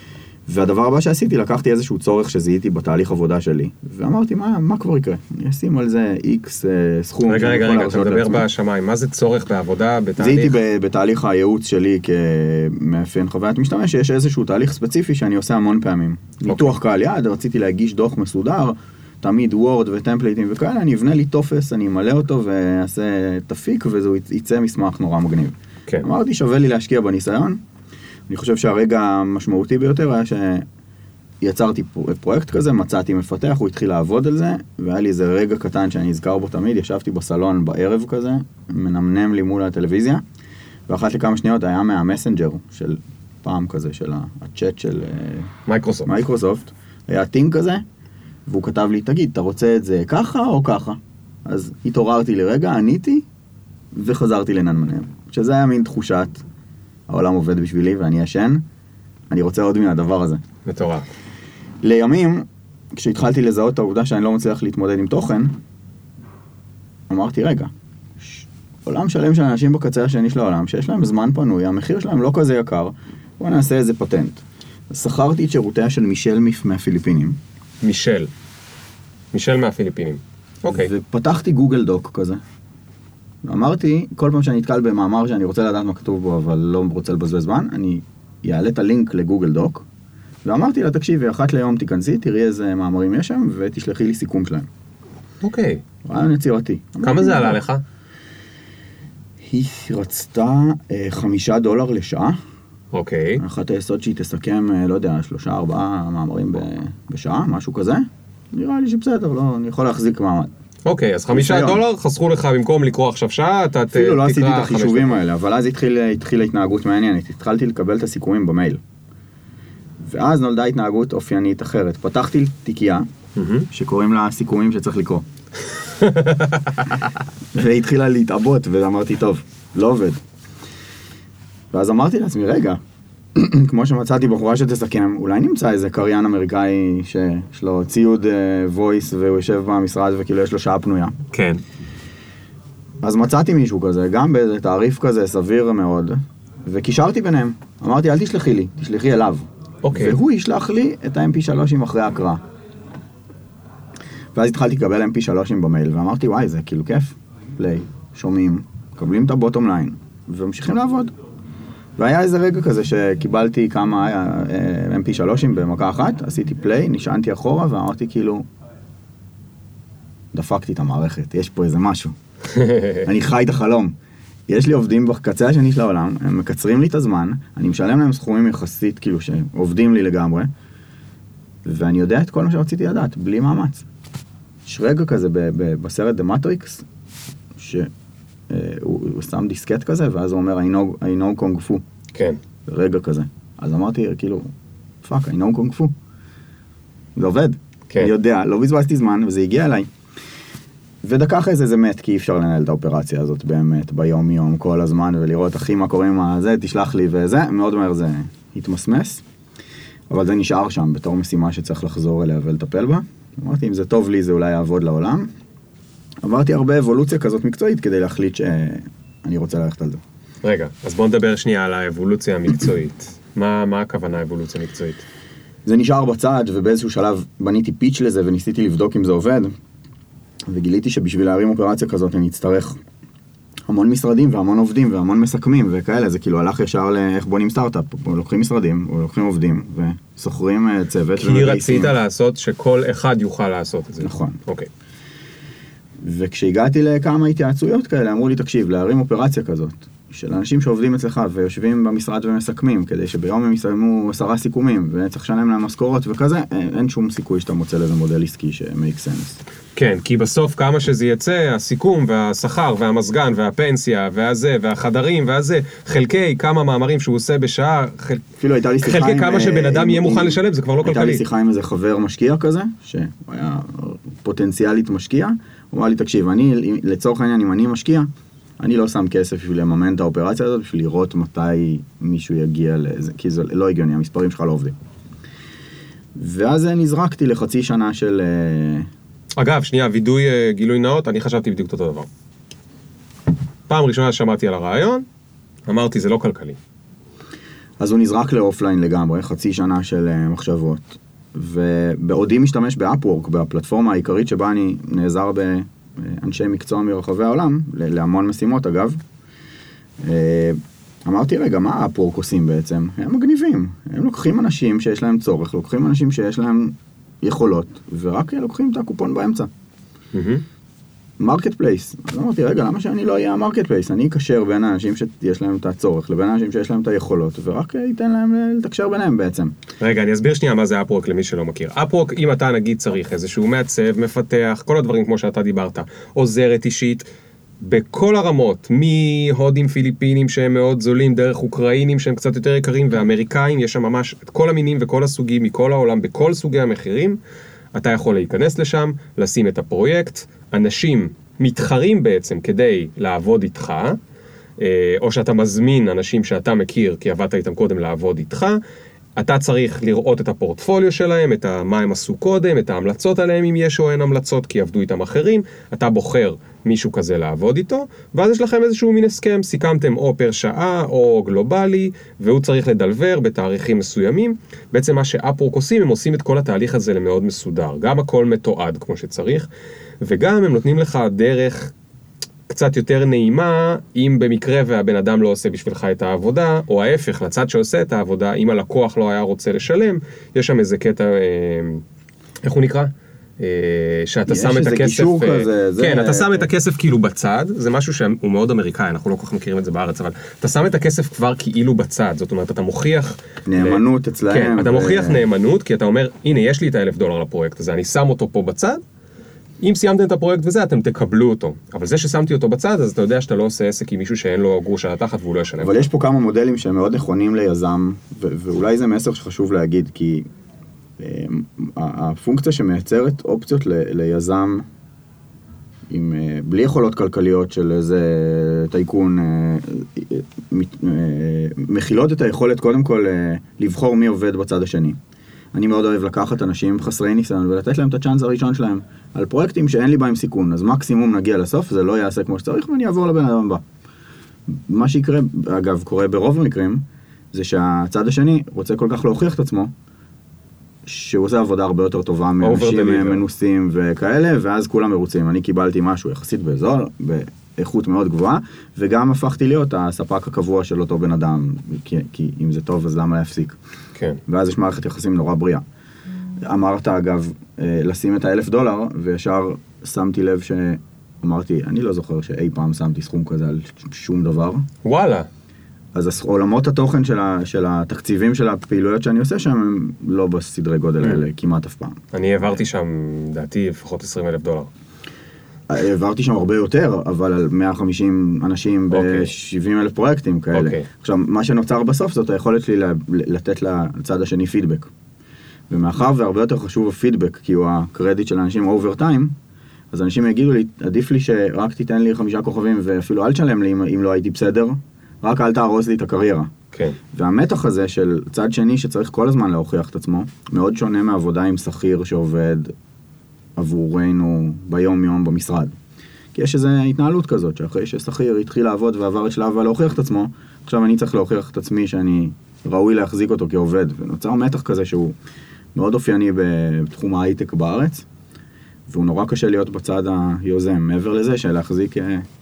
והדבר הבא שעשיתי, לקחתי איזשהו צורך שזיהיתי בתהליך עבודה שלי, ואמרתי, מה כבר יקרה? אני אשים על זה X סכום. רגע, אתה מדבר בשמיים, מה זה צורך בעבודה, בתהליך? זיהיתי בתהליך הייעוץ שלי כמאפיין חוויית משתמש, שיש איזשהו תהליך ספציפי שאני עושה המון פעמים. ניתוח קהל יעד, רציתי להגיש דוח מסודר, תמיד וורד וטמפליטים וכאלה, אני אבנה לי טופס, אני אמלא אותו ואעשה תפיק, וזה יצא מסמך נורא מגניב. כן. אמרתי, שווה לי להשקיע בניסיון. אני חושב שהרגע המשמעותי ביותר היה שיצרתי פרויקט כזה, מצאתי מפתח, הוא התחיל לעבוד על זה, והיה לי איזה רגע קטן שאני אזכר בו תמיד, ישבתי בסלון בערב כזה, מנמנם לי מול הטלוויזיה, ואחת לכמה שניות היה מהמסנג'ר של פעם כזה, של הצ'אט של מייקרוסופט, היה טינג כזה, והוא כתב לי, תגיד, אתה רוצה את זה ככה או ככה? אז התעוררתי לרגע, עניתי, וחזרתי לנמנם. שזה היה מין תחושת, העולם עובד בשבילי ואני ישן, אני רוצה עוד מן הדבר הזה. מטורף. לימים, כשהתחלתי לזהות את העובדה שאני לא מצליח להתמודד עם תוכן, אמרתי, רגע, עולם שלם של אנשים בקצה השני של העולם, שיש להם זמן פנוי, המחיר שלהם לא כזה יקר, בוא נעשה איזה פטנט. שכרתי את שירותיה של מישל מהפיליפינים. מישל מהפיליפינים. אוקיי. ופתחתי גוגל דוק כזה. אמרתי, כל פעם שאני נתקל במאמר שאני רוצה לדעת מה כתוב בו, אבל לא רוצה לבזבז זמן, אני אעלה את הלינק לגוגל דוק, ואמרתי לה, תקשיבי, אחת ליום תיכנסי, תראי איזה מאמרים יש שם, ותשלחי לי סיכום שלהם. אוקיי. רעיון יצירתי. כמה זה עלה לך? היא רצתה $5 לשעה. אוקיי. אחת היסוד שהיא תסכם, לא יודע, 3-4 מאמרים בשעה, משהו כזה. נראה לי שבסדר, לא, אני יכול להחזיק מעמד. אוקיי, אז $5 חסכו לך במקום לקרוא עכשיו שעה, אתה תקרא... אפילו לא עשיתי את החישובים האלה, אבל אז התחילה התנהגות מעניינת. התחלתי לקבל את הסיכומים במייל. ואז נולדה התנהגות אופיינית אחרת. פתחתי תיקייה, שקוראים לה סיכומים שצריך לקרוא. והתחילה להתאבות, ואמרתי, טוב, לא עובד. ואז אמרתי לעצמי, רגע, כמו שמצאתי בחורה שתסכם, אולי נמצא איזה קריין אמריקאי שיש לו ציוד וויס והוא יושב במשרד וכאילו יש לו שעה פנויה. כן. אז מצאתי מישהו כזה, גם באיזה תעריף כזה סביר מאוד, וקישרתי ביניהם. אמרתי, אל תשלחי לי, תשלחי אליו. אוקיי. והוא ישלח לי את ה-MP3 אחרי ההקראה. ואז התחלתי לקבל MP3 במייל, ואמרתי, וואי, זה כאילו כיף. פליי, שומעים, מקבלים את הבוטום ליין, וממשיכים לעבוד. והיה איזה רגע כזה שקיבלתי כמה MP3 במכה אחת, עשיתי פליי, נשענתי אחורה ואמרתי כאילו, דפקתי את המערכת, יש פה איזה משהו. אני חי את החלום. יש לי עובדים בקצה השני של העולם, הם מקצרים לי את הזמן, אני משלם להם סכומים יחסית כאילו שעובדים לי לגמרי, ואני יודע את כל מה שרציתי לדעת, בלי מאמץ. יש רגע כזה בסרט The Matrix, הוא שם דיסקט כזה, ואז הוא אומר, I know Kung Fu. כן. רגע כזה. אז אמרתי, כאילו, פאק, I know Kung Fu. זה עובד. כן. אני יודע, לא בזבזתי זמן, וזה הגיע אליי. ודקה אחרי זה מת, כי אי אפשר לנהל את האופרציה הזאת באמת, ביום-יום, כל הזמן, ולראות, אחי, מה קורה עם זה, תשלח לי וזה, מאוד מהר זה התמסמס. אבל זה נשאר שם, בתור משימה שצריך לחזור אליה ולטפל בה. אמרתי, אם זה טוב לי, זה אולי יעבוד לעולם. עברתי הרבה אבולוציה כזאת מקצועית כדי להחליט שאני רוצה ללכת על זה. רגע, אז בוא נדבר שנייה על האבולוציה המקצועית. מה הכוונה אבולוציה מקצועית? זה נשאר בצד, ובאיזשהו שלב בניתי פיץ' לזה וניסיתי לבדוק אם זה עובד, וגיליתי שבשביל להרים אופרציה כזאת אני אצטרך המון משרדים והמון עובדים והמון מסכמים וכאלה, זה כאילו הלך ישר לאיך בונים סטארט-אפ, לוקחים משרדים, לוקחים עובדים וסוחרים צוות. כי רצית לעשות שכל אחד יוכל לעשות את זה. נכון. אוקיי. וכשהגעתי לכמה התייעצויות כאלה, אמרו לי, תקשיב, להרים אופרציה כזאת, של אנשים שעובדים אצלך ויושבים במשרד ומסכמים, כדי שביום הם יסיימו 10 סיכומים, וצריך לשלם להם משכורות וכזה, אין שום סיכוי שאתה מוצא לזה מודל עסקי ש-make sense. כן, כי בסוף כמה שזה יצא, הסיכום והשכר והמסגן והפנסיה והזה והחדרים והזה, חלקי כמה מאמרים שהוא עושה בשעה, אפילו הייתה לי שיחה חלקי כמה שבן אדם יהיה מוכן לשלם, זה כבר לא כלכלי. הייתה לי שיחה עם איזה חבר משקיע כזה, שהוא היה פוטנציאלית משקיע, הוא אמר לי, תקשיב, לצורך העניין, אם אני משקיע, אני לא שם כסף בשביל לממן את האופרציה הזאת, בשביל לראות מתי מישהו יגיע לזה, כי זה לא הגיוני, המספרים שלך לא עובדים. ואז נזרקתי לחצי שנה של... אגב, שנייה, וידוי גילוי נאות, אני חשבתי בדיוק אותו דבר. פעם ראשונה שמעתי על הרעיון, אמרתי, זה לא כלכלי. אז הוא נזרק לאופליין לגמרי, חצי שנה של מחשבות. ובעודי משתמש באפוורק, בפלטפורמה העיקרית שבה אני נעזר באנשי מקצוע מרחבי העולם, להמון משימות אגב. אמרתי, רגע, מה אפוורק עושים בעצם? הם מגניבים. הם לוקחים אנשים שיש להם צורך, לוקחים אנשים שיש להם יכולות, ורק לוקחים את הקופון באמצע. מרקט פלייס. אז אמרתי, רגע, למה שאני לא אהיה המרקט פלייס? אני אקשר בין האנשים שיש להם את הצורך, לבין האנשים שיש להם את היכולות, ורק ייתן להם לתקשר ביניהם בעצם. רגע, אני אסביר שנייה מה זה אפוורק למי שלא מכיר. אפוורק, אם אתה נגיד צריך איזשהו מעצב, מפתח, כל הדברים כמו שאתה דיברת, עוזרת אישית, בכל הרמות, מהודים פיליפינים שהם מאוד זולים, דרך אוקראינים שהם קצת יותר יקרים, ואמריקאים, יש שם ממש את כל המינים וכל הסוגים מכל העולם, בכל סוגי המחירים, אתה יכול להיכנס לשם, לשים את הפרויקט, אנשים מתחרים בעצם כדי לעבוד איתך, או שאתה מזמין אנשים שאתה מכיר, כי עבדת איתם קודם לעבוד איתך, אתה צריך לראות את הפורטפוליו שלהם, את מה הם עשו קודם, את ההמלצות עליהם אם יש או אין המלצות, כי עבדו איתם אחרים, אתה בוחר מישהו כזה לעבוד איתו, ואז יש לכם איזשהו מין הסכם, סיכמתם או פר שעה או גלובלי, והוא צריך לדלבר בתאריכים מסוימים. בעצם מה שאפוורק עושים, הם עושים את כל התהליך הזה למאוד מסודר, גם הכל מתועד כמו שצריך, וגם הם נותנים לך דרך קצת יותר נעימה, אם במקרה והבן אדם לא עושה בשבילך את העבודה, או ההפך, לצד שעושה את העבודה, אם הלקוח לא היה רוצה לשלם, יש שם איזה קטע, איך הוא נקרא? שאתה שם את הכסף, כן, אתה שם את הכסף כאילו בצד, זה משהו שהוא מאוד אמריקאי, אנחנו לא כל כך מכירים את זה בארץ, אבל אתה שם את הכסף כבר כאילו בצד, זאת אומרת, אתה מוכיח נאמנות אצלהם. כן, אתה מוכיח נאמנות, כי אתה אומר, הנה, יש לי את $1,000 לפרויקט הזה, אני שם אותו פה בצד, אם סיימתם את הפרויקט וזה, אתם תקבלו אותו. אבל זה ששמתי אותו בצד, אז אתה יודע שאתה לא עושה עסק עם מישהו שאין לו גרוש על התחת והוא לא ישלם. אבל יש פה כמה מודלים שהם מאוד נכונים ליזם, ואולי זה מסר שחשוב להגיד, כי הפונקציה שמייצרת אופציות ליזם, בלי יכולות כלכליות של איזה טייקון, מכילות את היכולת קודם כל לבחור מי עובד בצד השני. אני מאוד אוהב לקחת אנשים חסרי ניסיון ולתת להם את הצ'אנס הראשון שלהם על פרויקטים שאין לי בהם סיכון, אז מקסימום נגיע לסוף, זה לא יעשה כמו שצריך ואני אעבור לבן אדם הבא. מה שיקרה, אגב, קורה ברוב המקרים, זה שהצד השני רוצה כל כך להוכיח את עצמו, שהוא עושה עבודה הרבה יותר טובה מאנשים מנוסים וכאלה, ואז כולם מרוצים. אני קיבלתי משהו יחסית בזול, באיכות מאוד גבוהה, וגם הפכתי להיות הספק הקבוע של אותו בן אדם, כי אם זה טוב אז למה להפסיק? כן. ואז יש מערכת יחסים נורא בריאה. אמרת אגב, לשים את $1,000, וישר שמתי לב שאמרתי, אני לא זוכר שאי פעם שמתי סכום כזה על שום דבר. וואלה. אז עולמות התוכן של התקציבים של הפעילויות שאני עושה שם, הם לא בסדרי גודל האלה כמעט אף פעם. אני העברתי שם, דעתי, לפחות $20,000. העברתי שם הרבה יותר, אבל על 150 אנשים ב-70,000 פרויקטים כאלה. עכשיו, מה שנוצר בסוף זאת היכולת שלי לתת לצד השני פידבק. ומאחר והרבה יותר חשוב הפידבק, כי הוא הקרדיט של אנשים אובר טיים, אז אנשים יגידו לי, עדיף לי שרק תיתן לי 5 כוכבים, ואפילו אל תשלם לי אם לא הייתי בסדר, רק אל תהרוס לי את הקריירה. כן. והמתח הזה של צד שני שצריך כל הזמן להוכיח את עצמו, מאוד שונה מעבודה עם שכיר שעובד עבורנו ביום יום במשרד. כי יש איזו התנהלות כזאת, שאחרי ששכיר התחיל לעבוד ועבר את שלב להוכיח את עצמו, עכשיו אני צריך להוכיח את עצמי שאני ראוי להחזיק אותו כעובד, ונוצר מתח כזה שהוא מאוד אופייני בתחום ההייטק בארץ, והוא נורא קשה להיות בצד היוזם. מעבר לזה שלהחזיק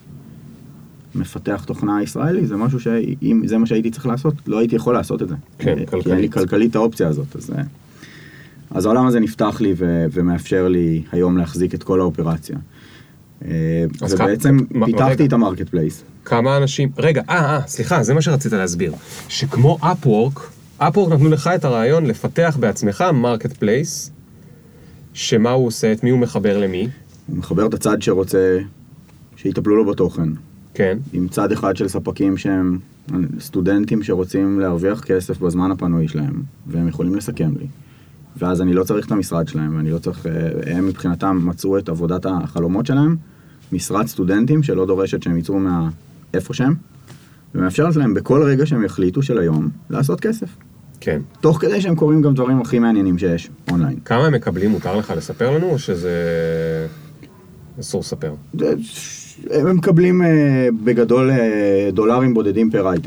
מפתח תוכנה ישראלי, זה משהו שאם זה מה שהייתי צריך לעשות, לא הייתי יכול לעשות את זה. כן, כלכלית. כי אין לי כלכלית האופציה הזאת. אז העולם הזה נפתח לי ומאפשר לי היום להחזיק את כל האופרציה. ובעצם פיתחתי את המרקט פלייס. כמה אנשים, רגע, סליחה, זה מה שרצית להסביר. שכמו אפוורק נתנו לך את הרעיון לפתח בעצמך מרקט פלייס, שמה הוא עושה, את מי הוא מחבר למי? הוא מחבר את הצד שרוצה שיטפלו לו בתוכן. כן. עם צד אחד של ספקים שהם סטודנטים שרוצים להרוויח כסף בזמן הפנוי שלהם, והם יכולים לסכם לי. ואז אני לא צריך את המשרד שלהם, ואני לא צריך, הם מבחינתם מצאו את עבודת החלומות שלהם, משרד סטודנטים שלא דורשת שהם יצאו מאיפה שהם, ומאפשרת להם בכל רגע שהם יחליטו של היום לעשות כסף. כן. תוך כדי שהם קוראים גם דברים הכי מעניינים שיש אונליין. כמה הם מקבלים? מותר לך לספר לנו, או שזה אסור לספר? הם מקבלים בגדול דולרים בודדים פר אייטם.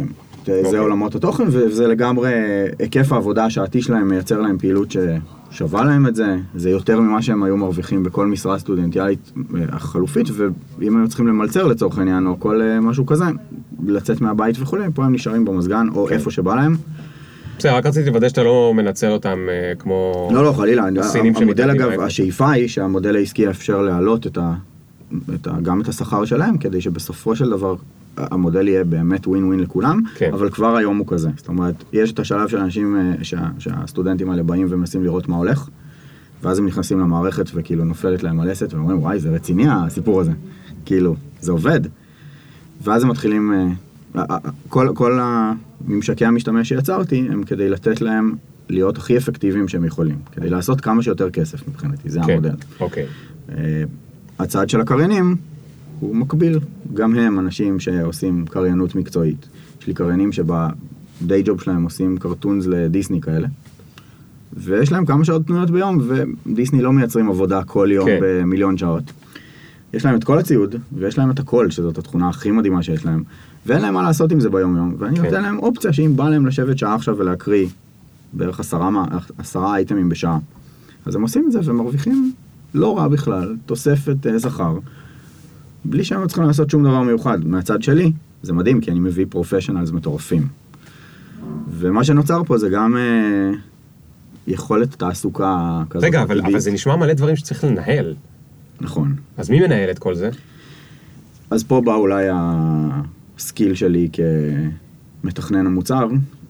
זה עולמות התוכן, וזה לגמרי היקף העבודה השעתי שלהם מייצר להם פעילות ששווה להם את זה. זה יותר ממה שהם היו מרוויחים בכל משרה סטודנטיאלית חלופית, ואם הם צריכים למלצר לצורך העניין, או כל משהו כזה, לצאת מהבית וכו', פה הם נשארים במזגן, או איפה שבא להם. בסדר, רק רציתי לוודא שאתה לא מנצל אותם כמו... לא, חלילה. המודל אגב, השאיפה היא שהמודל העסקי יאפשר להעלות גם את השכר שלהם, כדי שבסופו של דבר המודל יהיה באמת ווין ווין לכולם, אבל כבר היום הוא כזה. זאת אומרת, יש את השלב של אנשים שהסטודנטים האלה באים ומנסים לראות מה הולך, ואז הם נכנסים למערכת וכאילו נופלת להם הלסת, ואומרים, וואי, זה רציני הסיפור הזה. כאילו, זה עובד. ואז הם מתחילים... כל הממשקי המשתמש שיצרתי הם כדי לתת להם להיות הכי אפקטיביים שהם יכולים, כדי לעשות כמה שיותר כסף מבחינתי, זה המודל. אוקיי. הצעד של הקריינים הוא מקביל, גם הם אנשים שעושים קריינות מקצועית. יש לי קריינים שבדי ג'וב שלהם עושים קרטונס לדיסני כאלה, ויש להם כמה שעות פנויות ביום, ודיסני לא מייצרים עבודה כל יום במיליון שעות. יש להם את כל הציוד, ויש להם את הכל, שזאת התכונה הכי מדהימה שיש להם, ואין להם מה לעשות עם זה ביום יום, ואני נותן להם אופציה שאם בא להם לשבת שעה עכשיו ולהקריא בערך 10 אייטמים בשעה, אז הם עושים את זה ומרוויחים לא רע בכלל, תוספת שכר, בלי שהם צריכים לעשות שום דבר מיוחד. מהצד שלי, זה מדהים, כי אני מביא פרופשיונלס מטורפים. ומה שנוצר פה זה גם יכולת תעסוקה כזאת. רגע, אבל זה נשמע מלא דברים שצריך לנהל. נכון. אז מי מנהל את כל זה? אז פה בא אולי הסקיל שלי כמתכנן המוצר,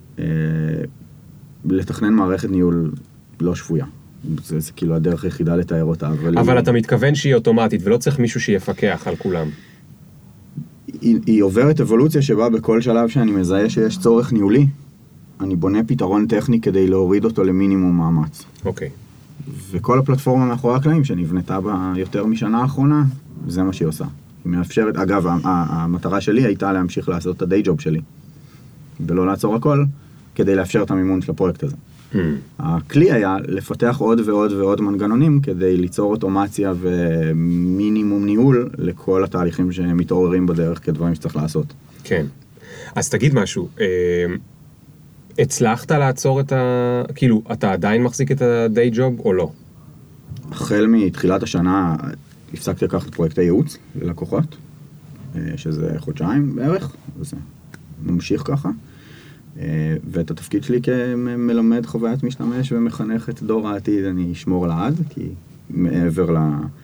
לתכנן מערכת ניהול לא שפויה. זה כאילו הדרך היחידה לתאר אותה. אבל אתה מתכוון שהיא אוטומטית, ולא צריך מישהו שיפקח על כולם. היא עוברת אבולוציה שבה בכל שלב שאני מזהה שיש צורך ניהולי, אני בונה פתרון טכני כדי להוריד אותו למינימום מאמץ. אוקיי. וכל הפלטפורמה מאחורי הקלעים שנבנתה בה יותר משנה האחרונה, זה מה שהיא עושה. היא מאפשרת, אגב, המטרה שלי הייתה להמשיך לעשות את הדי ג'וב שלי, ולא לעצור הכל, כדי לאפשר את המימון של הפרויקט הזה. הכלי היה לפתח עוד ועוד ועוד מנגנונים, כדי ליצור אוטומציה ומינימום ניהול לכל התהליכים שמתעוררים בדרך כדברים שצריך לעשות. כן. אז תגיד משהו, הצלחת לעצור את כאילו, אתה עדיין מחזיק את הדי ג'וב או לא? החל מתחילת השנה הפסקתי לקחת פרויקטי ייעוץ ללקוחות, שזה חודשיים בערך, וזה ממשיך ככה. ואת התפקיד שלי כמלמד חוויית משתמש ומחנך את דור העתיד אני אשמור לעד, כי מעבר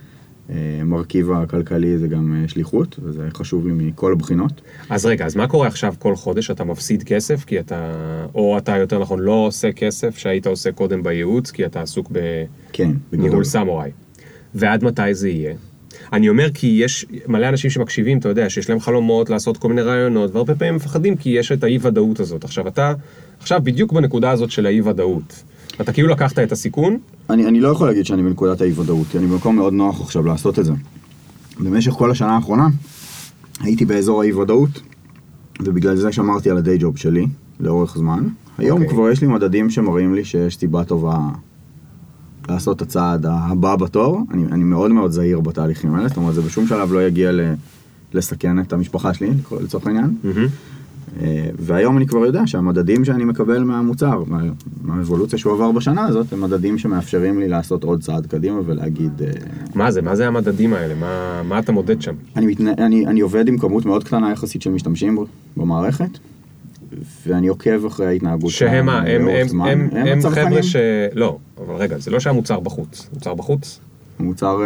למרכיב הכלכלי זה גם שליחות, וזה חשוב לי מכל הבחינות. אז רגע, אז מה קורה עכשיו כל חודש? אתה מפסיד כסף, כי אתה, או אתה יותר נכון לא עושה כסף שהיית עושה קודם בייעוץ, כי אתה עסוק בניהול סמוראי. ועד מתי זה יהיה? אני אומר כי יש מלא אנשים שמקשיבים, אתה יודע, שיש להם חלומות לעשות כל מיני רעיונות, והרבה פעמים מפחדים כי יש את האי-ודאות הזאת. עכשיו בדיוק בנקודה הזאת של האי-ודאות. אתה כאילו לקחת את הסיכון? אני לא יכול להגיד שאני בנקודת האי-ודאות, אני במקום מאוד נוח עכשיו לעשות את זה. במשך כל השנה האחרונה הייתי באזור האי-ודאות, ובגלל זה שמרתי על הדי ג'וב שלי לאורך זמן. היום כבר יש לי מדדים שמראים לי שיש סיבה טובה לעשות את הצעד הבא בתור. אני מאוד מאוד זהיר בתהליכים האלה, זאת אומרת, זה בשום שלב לא יגיע לסכן את המשפחה שלי, לצורך העניין. והיום אני כבר יודע שהמדדים שאני מקבל מהמוצר, מהאבולוציה שהוא עבר בשנה הזאת, הם מדדים שמאפשרים לי לעשות עוד צעד קדימה ולהגיד... מה זה? מה זה המדדים האלה? מה אתה מודד שם? אני עובד עם כמות מאוד קטנה יחסית של משתמשים במערכת, ואני עוקב אחרי ההתנהגות שהם הם חבר'ה לא, אבל רגע, זה לא שהמוצר בחוץ. מוצר בחוץ? המוצר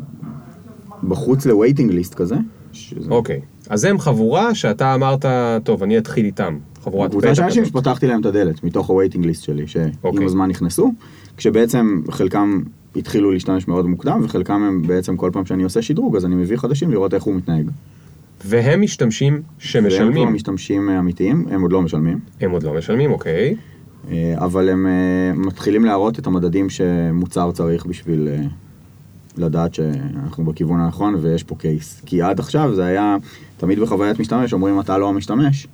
בחוץ ל-waiting list כזה. אוקיי. אז הם חבורה שאתה אמרת, טוב, אני אתחיל איתם. חבורת בטא כזאת. קבוצה אנשים שפתחתי להם את הדלת מתוך ה-waiting list שלי, שעם הזמן נכנסו, כשבעצם חלקם התחילו להשתמש מאוד מוקדם, וחלקם הם בעצם כל פעם שאני עושה שדרוג, אז אני מביא חדשים לראות איך הוא מתנהג. והם משתמשים שמשלמים. והם כבר משתמשים אמיתיים, הם עוד לא משלמים. הם עוד לא משלמים, אוקיי. אבל הם מתחילים להראות את המדדים שמוצר צריך בשביל לדעת שאנחנו בכיוון הנכון ויש פה קייס. כי עד עכשיו זה היה, תמיד בחוויית משתמש אומרים אתה לא המשתמש,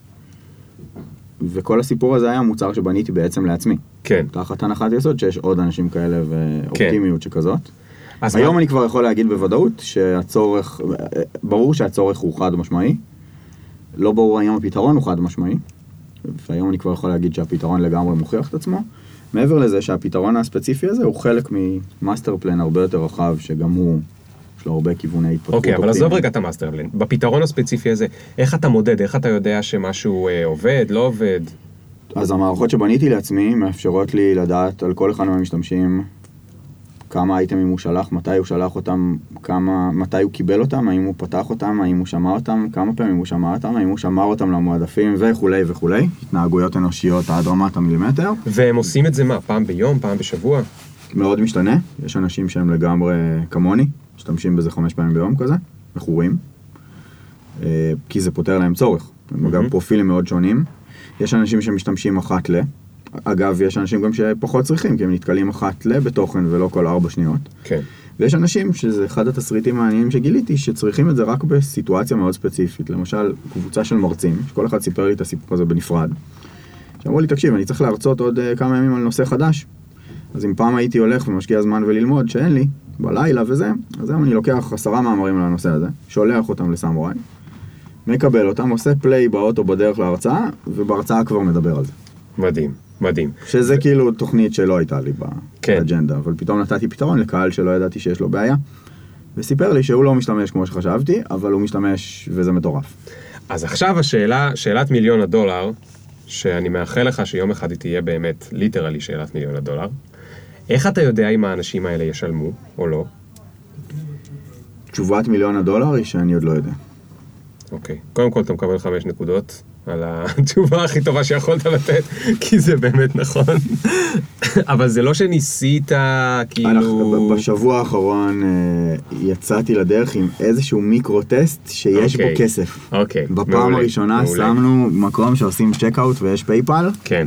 וכל הסיפור הזה היה מוצר שבניתי בעצם לעצמי. כן. תחת הנחת יסוד שיש עוד אנשים כאלה ואופטימיות שכזאת. היום אני כבר יכול להגיד בוודאות שהצורך, ברור שהצורך הוא חד משמעי, לא ברור היום הפתרון הוא חד משמעי, והיום אני כבר יכול להגיד שהפתרון לגמרי מוכיח את עצמו. מעבר לזה שהפתרון הספציפי הזה הוא חלק ממאסטר פלן הרבה יותר רחב, שגם הוא, יש לו הרבה כיווני התפתחות. אוקיי, אבל עזוב רגע את המאסטר פלן. בפתרון הספציפי הזה, איך אתה מודד, איך אתה יודע שמשהו עובד, לא עובד? אז המערכות שבניתי לעצמי מאפשרות לי לדעת על כל אחד מהמשתמשים כמה אייטמים הוא שלח, מתי הוא שלח אותם, מתי הוא קיבל אותם, האם הוא פתח אותם, האם הוא שמע אותם, כמה פעמים הוא שמע אותם, האם הוא שמר אותם למועדפים וכולי וכולי. התנהגויות אנושיות עד רמת המילימטר. והם עושים את זה מה? פעם ביום, פעם בשבוע? מאוד משתנה. יש אנשים שהם לגמרי כמוני, משתמשים בזה 5 פעמים ביום כזה, מכורים, כי זה פותר להם צורך. הם גם פרופילים מאוד שונים. יש אנשים שמשתמשים אחת ל... אגב, יש אנשים גם שפחות צריכים, כי הם נתקלים אחת בתוכן ולא כל 4 שניות. כן. ויש אנשים, שזה אחד התסריטים העניינים שגיליתי, שצריכים את זה רק בסיטואציה מאוד ספציפית. למשל, קבוצה של מרצים, שכל אחד סיפר לי את הסיפור הזה בנפרד. שאמרו לי, תקשיב, אני צריך להרצות עוד כמה ימים על נושא חדש. אז אם פעם הייתי הולך ומשקיע זמן וללמוד, שאין לי, בלילה וזה, אז היום אני לוקח 10 מאמרים על הנושא הזה, שולח אותם לסמוראי, מקבל אותם, עושה פליי באוטו בדרך להרצאה, ובהרצאה כבר מדבר על זה. מדהים. מדהים. שזה כאילו תוכנית שלא הייתה לי באג'נדה, אבל פתאום נתתי פתרון לקהל שלא ידעתי שיש לו בעיה, וסיפר לי שהוא לא משתמש כמו שחשבתי, אבל הוא משתמש וזה מטורף. אז עכשיו שאלת $1,000,000, שאני מאחל לך שיום אחד היא תהיה באמת ליטרלי שאלת $1,000,000. איך אתה יודע אם האנשים האלה ישלמו או לא? תשובת $1,000,000 היא שאני עוד לא יודע. אוקיי. קודם כל אתה מקבל 5 נקודות. על התשובה הכי טובה שיכולת לתת, כי זה באמת נכון. אבל זה לא שניסית, כאילו... בשבוע האחרון יצאתי לדרך עם איזשהו מיקרו-טסט שיש בו כסף. אוקיי, בפעם הראשונה שמנו מקום שעושים צ'ק-אוט ויש פייפל. כן.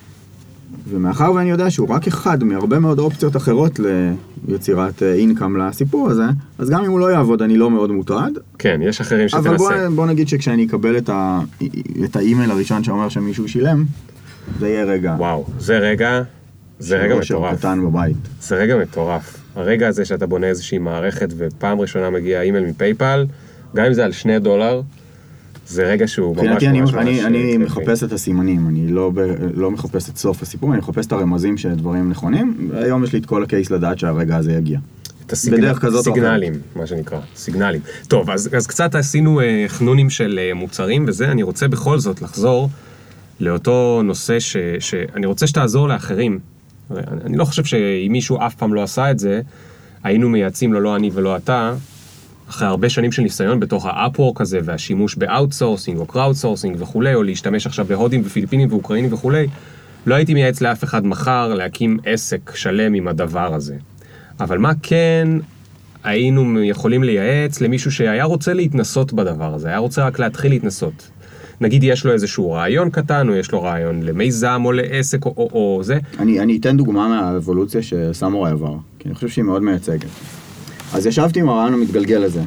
ומאחר ואני יודע שהוא רק אחד מהרבה מאוד אופציות אחרות ליצירת אינקאם לסיפור הזה, אז גם אם הוא לא יעבוד, אני לא מאוד מוטרד. כן, יש אחרים שתנסה. אבל בוא נגיד שכשאני אקבל את האימייל הראשון שאומר שמישהו שילם, זה יהיה רגע. וואו, זה רגע מטורף. קטן בבית. זה רגע מטורף. הרגע הזה שאתה בונה איזושהי מערכת ופעם ראשונה מגיע אימייל מפייפל, גם אם זה על $2, זה רגע שהוא ממש ממש... אני מחפש את הסימנים, אני לא מחפש את סוף הסיפור, אני מחפש את הרמזים שדברים נכונים, והיום יש לי את כל הקייס לדעת שהרגע הזה יגיע. את הסיגנלים, מה שנקרא, סיגנלים. טוב, אז קצת עשינו חנונים של מוצרים וזה, אני רוצה בכל זאת לחזור לאותו נושא שאני רוצה שתעזור לאחרים. אני לא חושב שאם מישהו אף פעם לא עשה את זה, היינו מייעצים לו לא אני ולא אתה, אחרי הרבה שנים של ניסיון בתוך ה-Upwork הזה, והשימוש ב-outsourcing או crowdsourcing וכולי, או להשתמש עכשיו בהודים ופיליפינים ואוקראינים וכולי, לא הייתי מייעץ לאף אחד מחר להקים עסק שלם עם הדבר הזה. אבל מה כן היינו יכולים לייעץ למישהו שהיה רוצה להתנסות בדבר הזה, היה רוצה רק להתחיל להתנסות. נגיד יש לו איזשהו רעיון קטן, או יש לו רעיון למיזם או לעסק או זה. אני אתן דוגמה מהאבולוציה שסמוראי עבר, כי אני חושב שהיא מאוד מייצגת. אז ישבתי עם הרעיון המתגלגל הזה,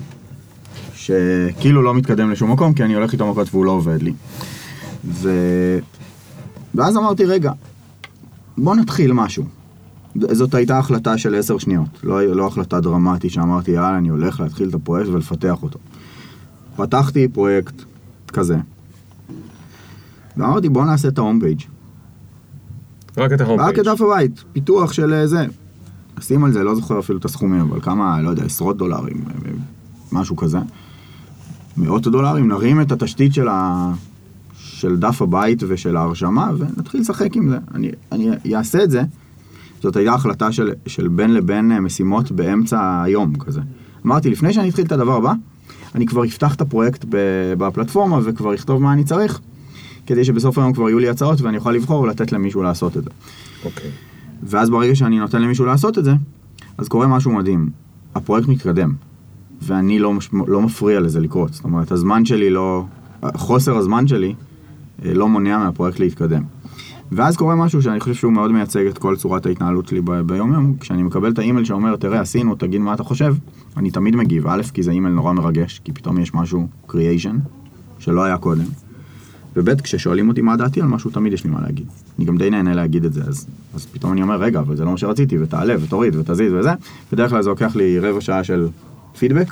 שכאילו לא מתקדם לשום מקום, כי אני הולך איתו מכות והוא לא עובד לי. ואז אמרתי, רגע, בוא נתחיל משהו. זאת הייתה החלטה של 10 שניות, לא החלטה דרמטית שאמרתי, יאללה, אני הולך להתחיל את הפרויקט ולפתח אותו. פתחתי פרויקט כזה, ואמרתי, בוא נעשה את ההום פייג'. רק את ההום פייג'. רק את דף הבית, פיתוח של זה. נשים על זה, לא זוכר אפילו את הסכומים, אבל כמה, לא יודע, $10, משהו כזה. $100, נרים את התשתית של דף הבית ושל ההרשמה, ונתחיל לשחק עם זה. אני אעשה את זה. זאת הייתה החלטה של בין לבין משימות באמצע היום כזה. אמרתי, לפני שאני אתחיל את הדבר הבא, אני כבר אפתח את הפרויקט בפלטפורמה, וכבר אכתוב מה אני צריך, כדי שבסוף היום כבר יהיו לי הצעות, ואני אוכל לבחור ולתת למישהו לעשות את זה. אוקיי. ואז ברגע שאני נותן למישהו לעשות את זה, אז קורה משהו מדהים. הפרויקט מתקדם, ואני לא מפריע לזה לקרות. זאת אומרת, חוסר הזמן שלי לא מונע מהפרויקט להתקדם. ואז קורה משהו שאני חושב שהוא מאוד מייצג את כל צורת ההתנהלות שלי ביום יום. כשאני מקבל את האימייל שאומר, תראה, עשינו, תגיד מה אתה חושב, אני תמיד מגיב. א', כי זה אימייל נורא מרגש, כי פתאום יש משהו, creation, שלא היה קודם. וב' כששואלים אותי מה דעתי על משהו, תמיד יש לי מה להגיד. אני גם די נהנה להגיד את זה, אז פתאום אני אומר, רגע, אבל זה לא מה שרציתי, ותעלה, ותוריד, ותזיז וזה. בדרך כלל זה לוקח לי רבע שעה של פידבק,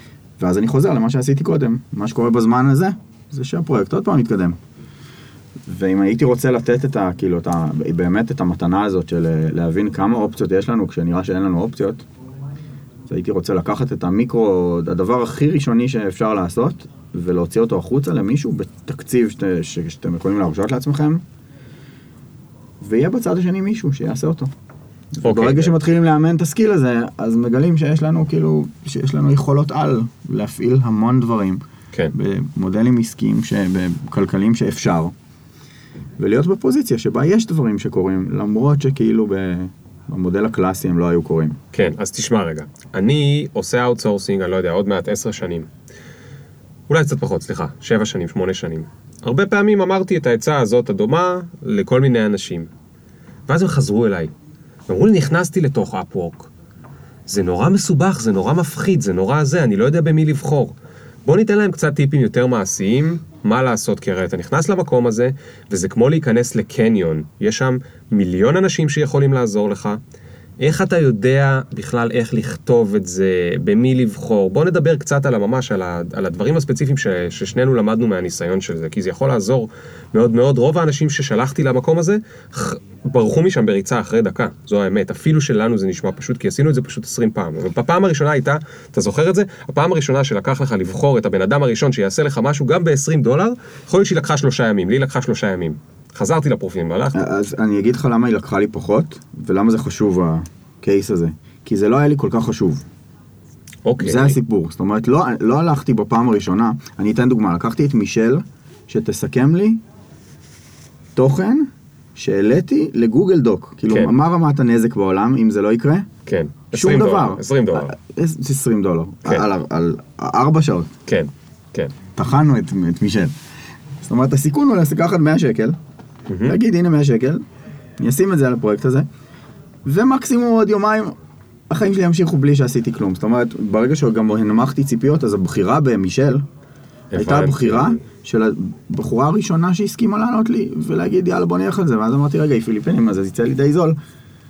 ואז אני חוזר למה שעשיתי קודם. מה שקורה בזמן הזה, זה שהפרויקט עוד פעם מתקדם. ואם הייתי רוצה לתת באמת את המתנה הזאת של להבין כמה אופציות יש לנו, כשנראה שאין לנו אופציות, אז הייתי רוצה לקחת את המיקרו, הדבר הכי ראשוני שאפשר לעשות, ולהוציא אותו החוצה למישהו בתקציב שאתם יכולים להרשות לעצמכם, ויהיה בצד השני מישהו שיעשה אותו. ברגע שמתחילים לאמן את הסקיל הזה, אז מגלים שיש לנו יכולות על להפעיל המון דברים. כן. במודלים עסקיים, בכלכליים שאפשר, ולהיות בפוזיציה שבה יש דברים שקורים, למרות שכאילו במודל הקלאסי הם לא היו קורים. כן, אז תשמע רגע. אני עושה אאוטסורסינג, אני לא יודע, עוד מעט 10 שנים. אולי קצת פחות, סליחה, 7 שנים, 8 שנים. הרבה פעמים אמרתי את העצה הזאת הדומה לכל מיני אנשים. ואז הם חזרו אליי. אמרו לי, נכנסתי לתוך Upwork. זה נורא מסובך, זה נורא מפחיד, זה נורא זה, אני לא יודע במי לבחור. בוא ניתן להם קצת טיפים יותר מעשיים, מה לעשות, כי הרי אתה נכנס למקום הזה, וזה כמו להיכנס לקניון. יש שם מיליון אנשים שיכולים לעזור לך. איך אתה יודע בכלל איך לכתוב את זה, במי לבחור? בוא נדבר קצת על ממש, על הדברים הספציפיים ששנינו למדנו מהניסיון של זה, כי זה יכול לעזור מאוד מאוד. רוב האנשים ששלחתי למקום הזה, ברחו משם בריצה אחרי דקה, זו האמת. אפילו שלנו זה נשמע פשוט, כי עשינו את זה פשוט 20 פעם. בפעם הראשונה הייתה, אתה זוכר את זה? הפעם הראשונה שלקח לך לבחור את הבן אדם הראשון שיעשה לך משהו גם ב$20, יכול להיות שהיא לקחה 3 ימים, לי לקחה 3 ימים. חזרתי לפרופילים והלכתי. אז אני אגיד לך למה היא לקחה לי פחות, ולמה זה חשוב הקייס הזה. כי זה לא היה לי כל כך חשוב. אוקיי. זה הסיפור. זאת אומרת, לא הלכתי בפעם הראשונה, אני אתן דוגמה, לקחתי את מישל, שתסכם לי תוכן שהעליתי לגוגל דוק. כאילו, כן. מה רמת הנזק בעולם, אם זה לא יקרה? כן. שום דבר. $20. $20. כן. על 4 שעות. כן, כן. טחנו את מישל. זאת אומרת, הסיכון הוא לקחת 100 שקל, להגיד, הנה 100 שקל, אני אשים את זה על הפרויקט הזה, ומקסימום עוד יומיים, החיים שלי ימשיכו בלי שעשיתי כלום. זאת אומרת, ברגע שגם הנמכתי ציפיות, אז הבחירה במישל, הייתה הבחירה של הבחורה הראשונה שהסכימה לענות לי, ולהגיד, יאללה, בוא נלך על זה. ואז אמרתי, רגע, היא פיליפינים, אז זה יצא לי די זול.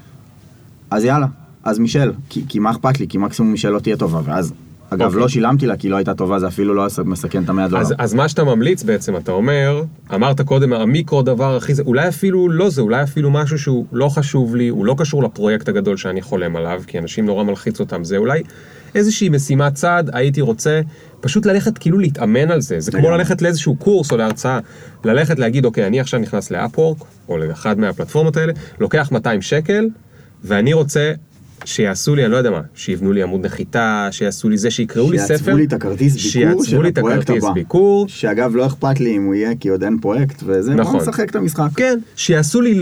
אז יאללה, אז מישל, כי מה אכפת לי? כי מקסימום מישל לא תהיה טובה, ואז... אגב, לא שילמתי לה, כי לא הייתה טובה, זה אפילו לא מסכן את $100. אז מה שאתה ממליץ בעצם, אתה אומר, אמרת קודם, המיקרו דבר הכי זה, אולי אפילו לא זה, אולי אפילו משהו שהוא לא חשוב לי, הוא לא קשור לפרויקט הגדול שאני חולם עליו, כי אנשים נורא מלחיץ אותם, זה אולי איזושהי משימת צעד, הייתי רוצה פשוט ללכת כאילו להתאמן על זה, זה כמו ללכת לאיזשהו קורס או להרצאה, ללכת להגיד, אוקיי, אני עכשיו נכנס לאפוורק, או לאחד מהפלטפורמות האלה, לוקח 200 שקל, ואני רוצה שיעשו לי, אני לא יודע מה, שיבנו לי עמוד נחיתה, שיעשו לי זה, שיקראו לי ספר, שיעצבו לי את הכרטיס ביקור של הפרויקט הבא. שאגב לא אכפת לי אם הוא יהיה, כי עוד אין פרויקט, וזה נכון. בוא נשחק את המשחק. כן, שיעשו לי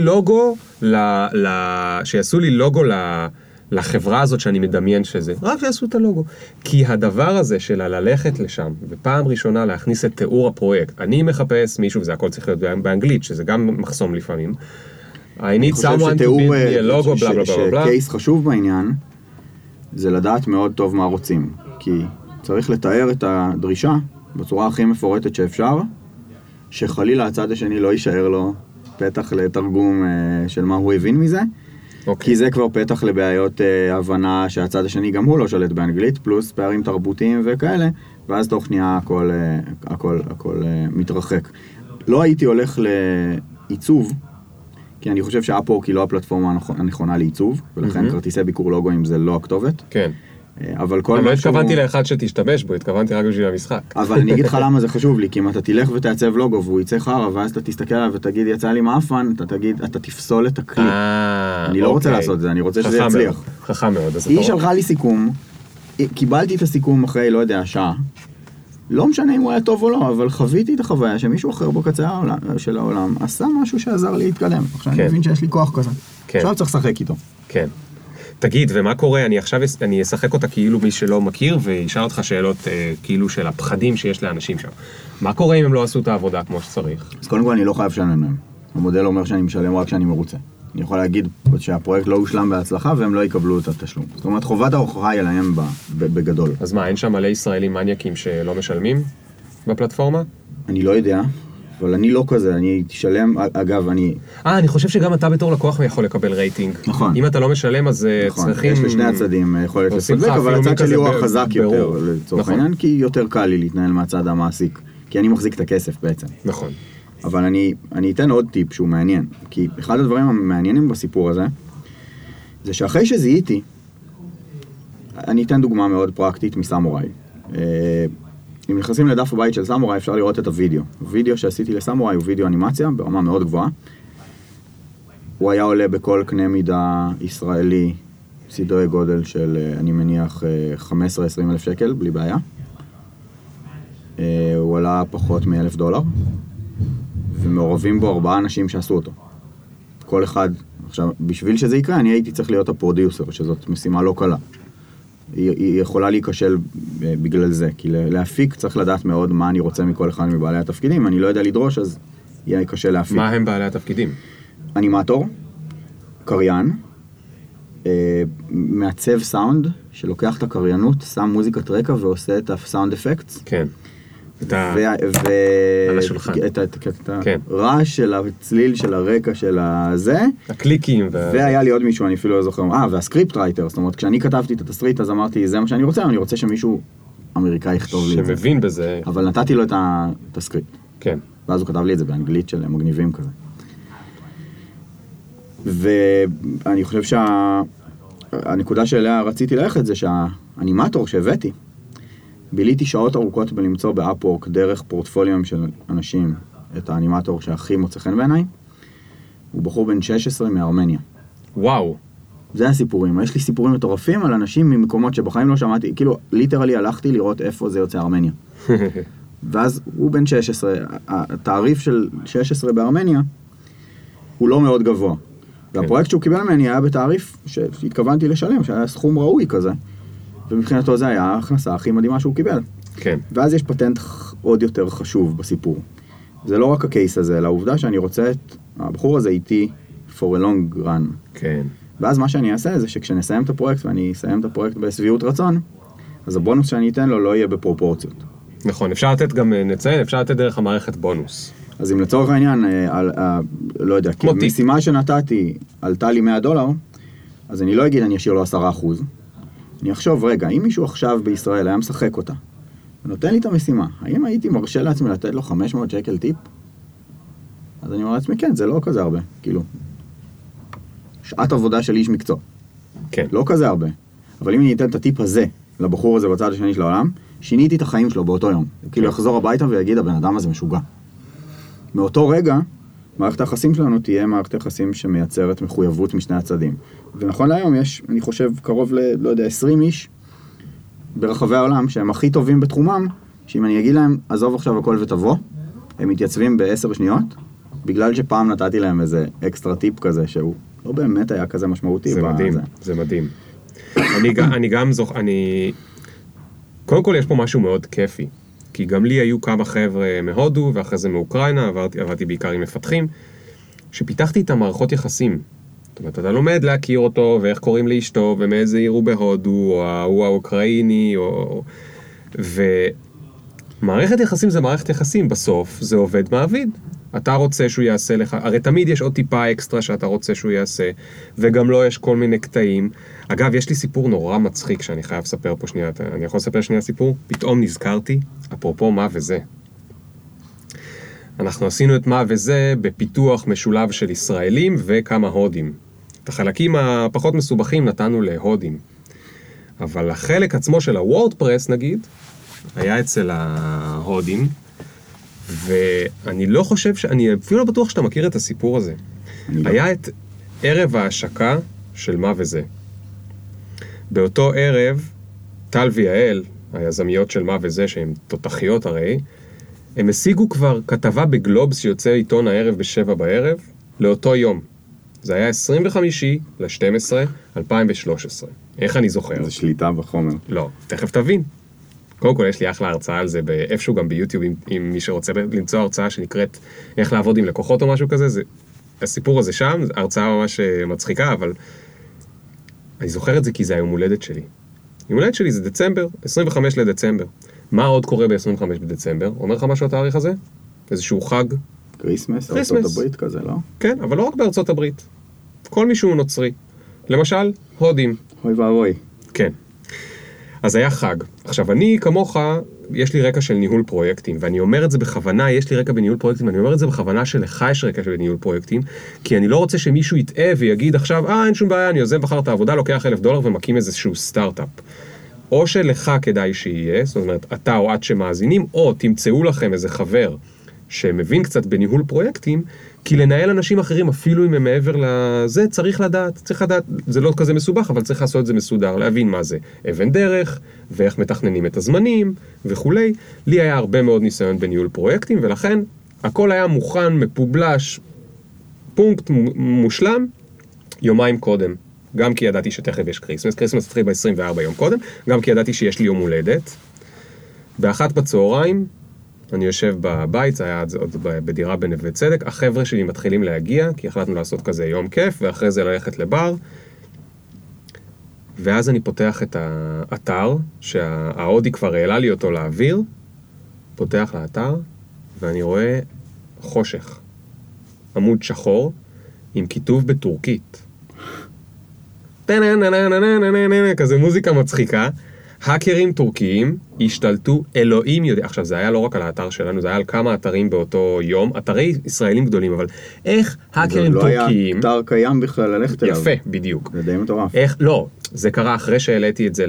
לוגו לחברה הזאת שאני מדמיין שזה, רק שיעשו את הלוגו. כי הדבר הזה של ללכת לשם, בפעם ראשונה להכניס את תיאור הפרויקט, אני מחפש מישהו, וזה הכל צריך להיות באנגלית, שזה גם מחסום לפעמים, I need someone to build me a logo, בלה בלה בלה. שקייס חשוב בעניין, זה לדעת מאוד טוב מה רוצים. כי צריך לתאר את הדרישה בצורה הכי מפורטת שאפשר, שחלילה הצד השני לא יישאר לו פתח לתרגום של מה הוא הבין מזה, כי זה כבר פתח לבעיות הבנה שהצד השני גם הוא לא שולט באנגלית, פלוס פערים תרבותיים וכאלה, ואז תוך שנייה הכל מתרחק. לא הייתי הולך לעיצוב, כי אני חושב שאפוורק היא לא הפלטפורמה הנכונה לעיצוב, ולכן כרטיסי ביקור לוגוים זה לא הכתובת. כן. אבל כל אני לא התכוונתי לאחד שתשתמש בו, התכוונתי רק בשביל המשחק. אבל אני אגיד לך למה זה חשוב לי, כי אם אתה תלך ותעצב לוגו והוא יצא חרא, ואז אתה תסתכל עליו ותגיד, יצא לי מאפן, אתה תגיד, אתה תפסול את הכלי. אני לא רוצה לעשות את זה, אני רוצה שזה יצליח. חכם מאוד. היא שלחה לי סיכום, קיבלתי את הסיכום אחרי, לא יודע, שעה. לא משנה אם הוא היה טוב או לא, אבל חוויתי את החוויה שמישהו אחר בקצה של העולם עשה משהו שעזר לי להתקדם. עכשיו אני מבין שיש לי כוח כזה. עכשיו צריך לשחק איתו. כן. תגיד, ומה קורה? אני אשחק אותה כאילו מי שלא מכיר, וישאל אותך שאלות כאילו של הפחדים שיש לאנשים שם. מה קורה אם הם לא עשו את העבודה כמו שצריך? אז קודם כל אני לא חייב לשלם להם. המודל אומר שאני משלם רק כשאני מרוצה. אני יכול להגיד שהפרויקט לא הושלם בהצלחה, והם לא יקבלו את התשלום. זאת אומרת, חובת ההוכחה היא עליהם בגדול. אז מה, אין שם מלא ישראלים מניאקים שלא משלמים בפלטפורמה? אני לא יודע, אבל אני לא כזה, אני תשלם, אגב, אני חושב שגם אתה בתור לקוח יכול לקבל רייטינג. נכון. אם אתה לא משלם, אז צריכים... יש לשני הצדים יכולת לספק, אבל הצד שלי הוא החזק יותר, לצורך העניין, כי יותר קל לי להתנהל מהצד המעסיק, כי אני מחזיק את הכסף בעצם. נכון. אבל אני אתן עוד טיפ שהוא מעניין, כי אחד הדברים המעניינים בסיפור הזה, זה שאחרי שזיהיתי, אני אתן דוגמה מאוד פרקטית מסמוראי. אם נכנסים לדף הבית של סמוראי, אפשר לראות את הוידאו. הוידאו שעשיתי לסמוראי הוא וידאו אנימציה ברמה מאוד גבוהה. הוא היה עולה בכל קנה מידה ישראלי, סדרי גודל של, אני מניח, 15-20 אלף שקל, בלי בעיה. הוא עלה פחות $1,000, ומעורבים בו 4 אנשים שעשו אותו. כל אחד, עכשיו, בשביל שזה יקרה, אני הייתי צריך להיות הפרודיוסר, שזאת משימה לא קלה. היא יכולה להיכשל בגלל זה, כי להפיק צריך לדעת מאוד מה אני רוצה מכל אחד מבעלי התפקידים. אני לא יודע לדרוש, אז יהיה קשה להפיק. מה הם בעלי התפקידים? אנימטור, קריין, מעצב סאונד, שלוקח את הקריינות, שם מוזיקת רקע ועושה את הסאונד אפקטס. כן. על השולחן. את הרעש של הצליל של הרקע של הזה. הקליקים. והיה לי עוד מישהו, אני אפילו לא זוכר. והסקריפט רייטר, זאת אומרת, כשאני כתבתי את התסריט, אז אמרתי, זה מה שאני רוצה, אני רוצה שמישהו אמריקאי יכתוב לי את זה. שמבין בזה. אבל נתתי לו את הסקריפט. כן. ואז הוא כתב לי את זה באנגלית של מגניבים כזה. ואני חושב שהנקודה שאליה רציתי ללכת זה שהאנימטור שהבאתי, ביליתי שעות ארוכות בלמצוא באפוורק דרך פורטפוליום של אנשים את האנימטור שהכי מוצא חן בעיניי. הוא בחור בן 16 מארמניה. וואו. זה הסיפורים. יש לי סיפורים מטורפים על אנשים ממקומות שבחיים לא שמעתי, כאילו ליטרלי הלכתי לראות איפה זה יוצא ארמניה. ואז הוא בן 16, התעריף של 16 בארמניה הוא לא מאוד גבוה. והפרויקט שהוא קיבל ממני היה בתעריף שהתכוונתי לשלם, שהיה סכום ראוי כזה. ומבחינתו זה היה ההכנסה הכי מדהימה שהוא קיבל. כן. ואז יש פטנט עוד יותר חשוב בסיפור. זה לא רק הקייס הזה, אלא העובדה שאני רוצה את הבחור הזה איתי for a long run. כן. ואז מה שאני אעשה זה שכשנסיים את הפרויקט, ואני אסיים את הפרויקט בסביעות רצון, אז הבונוס שאני אתן לו לא יהיה בפרופורציות. נכון, אפשר לתת גם נציין, אפשר לתת דרך המערכת בונוס. אז אם לצורך העניין, לא יודע, כי משימה שנתתי עלתה לי $100, אז אני לא אגיד אני אשאיר לו 10%. אני אחשוב, רגע, אם מישהו עכשיו בישראל היה משחק אותה, ונותן לי את המשימה, האם הייתי מרשה לעצמי לתת לו 500 שקל טיפ? אז אני אומר לעצמי, כן, זה לא כזה הרבה, כאילו. שעת עבודה של איש מקצוע. כן. לא כזה הרבה. אבל אם אני אתן את הטיפ הזה, לבחור הזה בצד השני של העולם, שיניתי את החיים שלו באותו יום. כאילו יחזור הביתה ויגיד, הבן אדם הזה משוגע. מאותו רגע, מערכת היחסים שלנו תהיה מערכת היחסים שמייצרת מחויבות משני הצדדים. ונכון להיום יש, אני חושב, קרוב לא יודע, 20 איש ברחבי העולם שהם הכי טובים בתחומם, שאם אני אגיד להם, עזוב עכשיו הכל ותבוא, הם מתייצבים ב10 שניות, בגלל שפעם נתתי להם איזה אקסטרה טיפ כזה, שהוא לא באמת היה כזה משמעותי. זה מדהים, זה מדהים. אני גם קודם כל יש פה משהו מאוד כיפי, כי גם לי היו כמה חבר'ה מהודו, ואחרי זה מאוקראינה, עברתי בעיקר עם מפתחים, שפיתחתי את המערכות יחסים. זאת אומרת, אתה לומד להכיר אותו, ואיך קוראים לאשתו, ומאיזה עיר הוא בהודו, או ההוא האוקראיני, ומערכת יחסים זה מערכת יחסים, בסוף זה עובד מעביד. אתה רוצה שהוא יעשה לך, הרי תמיד יש עוד טיפה אקסטרה שאתה רוצה שהוא יעשה, וגם לא יש כל מיני קטעים. אגב, יש לי סיפור נורא מצחיק שאני חייב לספר פה שנייה, אני יכול לספר שנייה סיפור? פתאום נזכרתי, אפרופו מה וזה. אנחנו עשינו את מה וזה בפיתוח משולב של ישראלים וכמה הודים. את החלקים הפחות מסובכים נתנו להודים. אבל החלק עצמו של הוורדפרס נגיד, היה אצל ההודים, ואני לא חושב אני אפילו לא בטוח שאתה מכיר את הסיפור הזה. היה את ערב ההשקה של מה וזה. באותו ערב, טל ויעל, היזמיות של מה וזה, שהן תותחיות הרי, הם השיגו כבר כתבה בגלובס שיוצא עיתון הערב ב7 בערב, לאותו יום. זה היה 25/12/2013. איך אני זוכר? זה שליטה בחומר. לא, תכף תבין. קודם כל, יש לי אחלה הרצאה על זה באיפשהו גם ביוטיוב, עם מי שרוצה למצוא הרצאה שנקראת איך לעבוד עם לקוחות או משהו כזה. הסיפור הזה שם, הרצאה ממש מצחיקה, אבל אני זוכר את זה כי זה היום הולדת שלי. יום הולדת שלי זה דצמבר, 25 לדצמבר. מה עוד קורה ב-25 בדצמבר? אומר לך משהו התאריך הזה? איזשהו חג? קריסמס, ארצות הברית כזה, לא? כן, אבל לא רק בארצות הברית. כל מישהו נוצרי. למשל, הודים. אוי ואבוי. כן. אז היה חג. עכשיו, אני כמוך, יש לי רקע של ניהול פרויקטים, ואני אומר את זה בכוונה, יש לי רקע בניהול פרויקטים, ואני אומר את זה בכוונה שלך יש רקע של ניהול פרויקטים, כי אני לא רוצה שמישהו יטעה ויגיד עכשיו, אין שום בעיה, אני עוזב אחר את העבודה, לוקח $1,000 ומקים איזשהו סטארט-אפ. או שלך כדאי שיהיה, זאת אומרת, אתה או את שמאזינים, או תמצאו לכם איזה חבר שמבין קצת בניהול פרויקטים, כי לנהל אנשים אחרים, אפילו אם הם מעבר לזה, צריך לדעת, זה לא כזה מסובך, אבל צריך לעשות את זה מסודר, להבין מה זה אבן דרך, ואיך מתכננים את הזמנים, וכולי. לי היה הרבה מאוד ניסיון בניהול פרויקטים, ולכן הכל היה מוכן, מפובלש, פונקט מושלם, יומיים קודם. גם כי ידעתי שתכף יש קריסמס התחיל ב-24 יום קודם, גם כי ידעתי שיש לי יום הולדת. באחת בצהריים, אני יושב בבית, זה היה עוד בדירה בנווה צדק, החבר'ה שלי מתחילים להגיע, כי החלטנו לעשות כזה יום כיף, ואחרי זה ללכת לבר, ואז אני פותח את האתר, שהאודי כבר העלה לי אותו לאוויר, פותח לאתר, ואני רואה חושך, עמוד שחור, עם כיתוב בטורקית. כזה מוזיקה מצחיקה, האקרים טורקיים השתלטו, אלוהים יודע, עכשיו זה היה לא רק על האתר שלנו, זה היה על כמה אתרים באותו יום, אתרי ישראלים גדולים, אבל איך האקרים טורקיים... זה לא היה אתר קיים בכלל ללכת אליו. יפה, בדיוק. זה די מטורף. לא, זה קרה אחרי שהעליתי את זה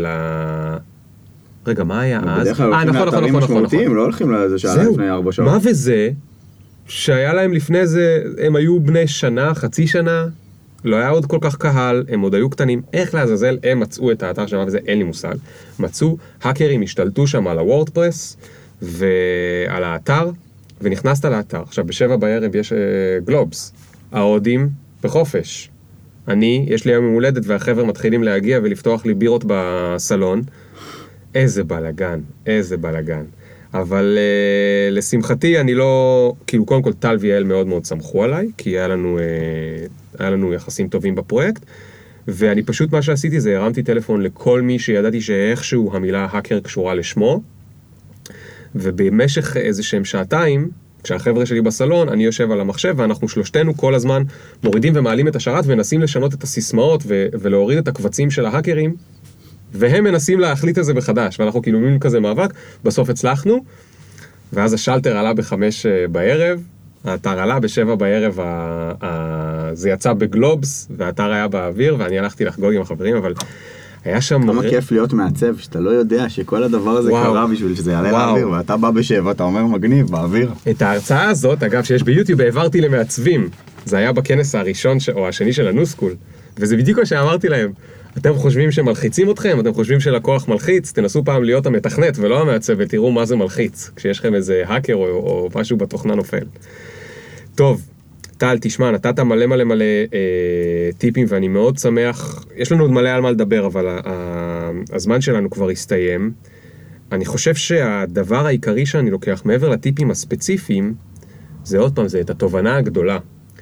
רגע, מה היה אז? בדרך כלל הולכים לאתרים משמעותיים, לא הולכים לזה שעה לפני 4 שעות. מה וזה, שהיה להם לפני זה, הם היו בני שנה, חצי שנה, לא היה עוד כל כך קהל, הם עוד היו קטנים, איך לעזאזל הם מצאו את האתר שם, וזה אין לי מושג. מצאו, האקרים השתלטו שם על הוורדפרס ועל האתר, ונכנסת לאתר. עכשיו, ב7 בערב יש גלובס, ההודים בחופש. יש לי היום יום הולדת, והחבר'ה מתחילים להגיע ולפתוח לי בירות בסלון. איזה בלגן. אבל לשמחתי אני לא, כאילו קודם כל טל ויעל מאוד מאוד שמחו עליי, כי היה לנו יחסים טובים בפרויקט, ואני פשוט מה שעשיתי זה הרמתי טלפון לכל מי שידעתי שאיכשהו המילה האקר קשורה לשמו, ובמשך איזה שהם שעתיים, כשהחבר'ה שלי בסלון, אני יושב על המחשב, ואנחנו שלושתנו כל הזמן מורידים ומעלים את השרת, ונסים לשנות את הסיסמאות ולהוריד את הקבצים של ההאקרים, והם מנסים להחליט את זה מחדש, ואנחנו כאילו מין כזה מאבק, בסוף הצלחנו, ואז השלטר עלה ב5 בערב, האתר עלה ב7 בערב, זה יצא בגלובס, והאתר היה באוויר, ואני הלכתי לחגוג עם החברים, אבל היה שם... כמה כיף להיות מעצב, שאתה לא יודע שכל הדבר הזה קרה בשביל שזה יעלה לאוויר, ואתה בא ב7, אתה אומר מגניב, באוויר. את ההרצאה הזאת, אגב, שיש ביוטיוב, העברתי למעצבים. זה היה בכנס הראשון או השני של הנוסקול, וזה בדיוק מה שאמרתי להם. אתם חושבים שמלחיצים אתכם? אתם חושבים שלקוח מלחיץ? תנסו פעם להיות המתכנת ולא המעצב, ותראו מה זה מלחיץ, כשיש לכם איזה האקר או משהו בתוכנה נופל. טוב, טל, תשמע, נתת מלא טיפים, ואני מאוד שמח. יש לנו עוד מלא על מה לדבר, אבל הזמן שלנו כבר הסתיים. אני חושב שהדבר העיקרי שאני לוקח, מעבר לטיפים הספציפיים, זה עוד פעם, זה את התובנה הגדולה,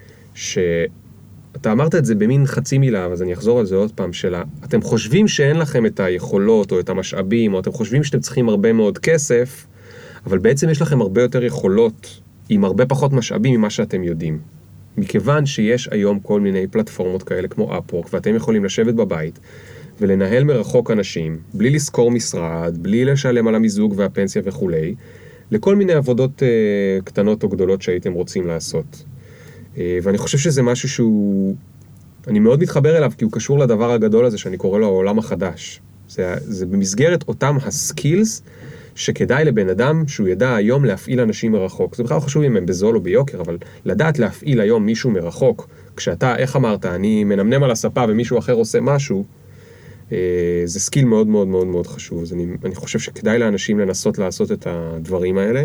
אתה אמרת את זה במין חצי מילה, אז אני אחזור על זה עוד פעם, אתם חושבים שאין לכם את היכולות או את המשאבים, או אתם חושבים שאתם צריכים הרבה מאוד כסף, אבל בעצם יש לכם הרבה יותר יכולות, עם הרבה פחות משאבים ממה שאתם יודעים. מכיוון שיש היום כל מיני פלטפורמות כאלה כמו Upwork, ואתם יכולים לשבת בבית, ולנהל מרחוק אנשים, בלי לזכור משרד, בלי לשלם על המיזוג והפנסיה וכולי, לכל מיני עבודות קטנות או גדולות שהייתם רוצים לעשות. ואני חושב שזה משהו שהוא... אני מאוד מתחבר אליו, כי הוא קשור לדבר הגדול הזה שאני קורא לו העולם החדש. זה במסגרת אותם הסקילס שכדאי לבן אדם שהוא ידע היום להפעיל אנשים מרחוק. זה בכלל חשוב אם הם בזול או ביוקר, אבל לדעת להפעיל היום מישהו מרחוק, כשאתה, איך אמרת, אני מנמנם על הספה ומישהו אחר עושה משהו, זה סקיל מאוד מאוד מאוד מאוד חשוב. אז אני חושב שכדאי לאנשים לנסות לעשות את הדברים האלה.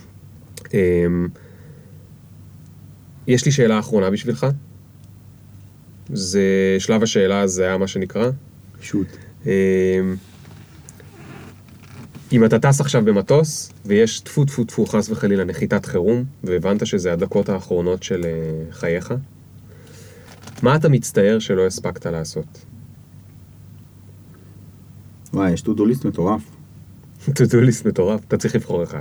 יש לי שאלה אחרונה בשבילך. זה שלב השאלה, זה היה מה שנקרא. שוט. אם אתה טס עכשיו במטוס, ויש טפו חס וחלילה נחיתת חירום, והבנת שזה הדקות האחרונות של חייך, מה אתה מצטער שלא הספקת לעשות? וואי, יש טו-דו-ליסט מטורף. טו-דו-ליסט מטורף, אתה צריך לבחור אחד.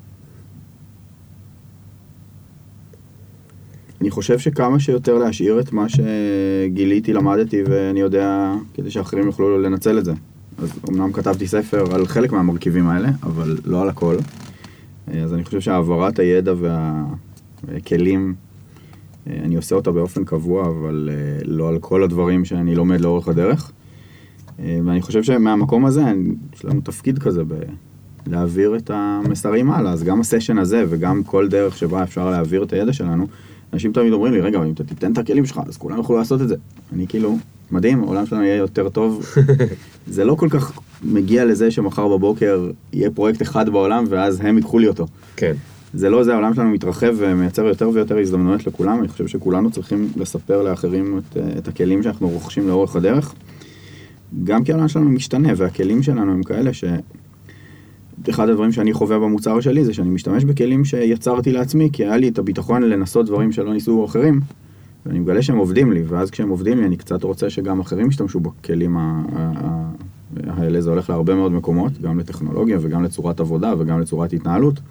אני חושב שכמה שיותר להשאיר את מה שגיליתי, למדתי, ואני יודע, כדי שאחרים יוכלו לנצל את זה. אז אמנם כתבתי ספר על חלק מהמרכיבים האלה, אבל לא על הכל. אז אני חושב שהעברת הידע והכלים, אני עושה אותה באופן קבוע, אבל לא על כל הדברים שאני לומד לאורך הדרך. ואני חושב שמהמקום הזה, יש לנו תפקיד כזה להעביר את המסרים הלאה. אז גם הסשן הזה וגם כל דרך שבה אפשר להעביר את הידע שלנו, אנשים תמיד אומרים לי, רגע, אם אתה תיתן את הכלים שלך, אז כולם יוכלו לעשות את זה. אני כאילו, מדהים, העולם שלנו יהיה יותר טוב. זה לא כל כך מגיע לזה שמחר בבוקר יהיה פרויקט אחד בעולם, ואז הם ייקחו לי אותו. כן. זה לא זה, העולם שלנו מתרחב ומייצר יותר ויותר הזדמנויות לכולם. אני חושב שכולנו צריכים לספר לאחרים את הכלים שאנחנו רוכשים לאורך הדרך. גם כי העולם שלנו משתנה, והכלים שלנו הם כאלה אחד הדברים שאני חווה במוצר שלי זה שאני משתמש בכלים שיצרתי לעצמי, כי היה לי את הביטחון לנסות דברים שלא ניסו אחרים, ואני מגלה שהם עובדים לי, ואז כשהם עובדים לי אני קצת רוצה שגם אחרים ישתמשו בכלים האלה. זה הולך להרבה מאוד מקומות, גם לטכנולוגיה וגם לצורת עבודה וגם לצורת התנהלות.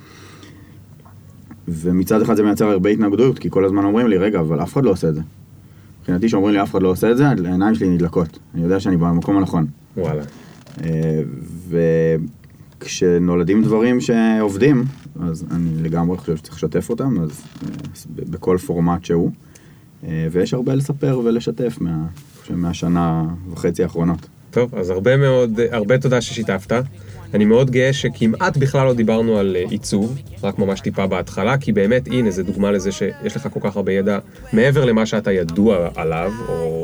ומצד אחד זה מייצר הרבה התנגדות, כי כל הזמן אומרים לי, רגע, אבל אף אחד לא עושה את זה. מבחינתי שאומרים לי, אף אחד לא עושה את זה, העיניים שלי נדלקות. אני יודע שאני במקום הנכון. וואלה. כשנולדים דברים שעובדים, אז אני לגמרי חושב שצריך לשתף אותם, אז בכל פורמט שהוא. ויש הרבה לספר ולשתף מהשנה וחצי האחרונות. טוב, אז הרבה תודה ששיתפת. אני מאוד גאה שכמעט בכלל לא דיברנו על עיצוב, רק ממש טיפה בהתחלה, כי באמת, הנה, זה דוגמה לזה שיש לך כל כך הרבה ידע מעבר למה שאתה ידוע עליו, או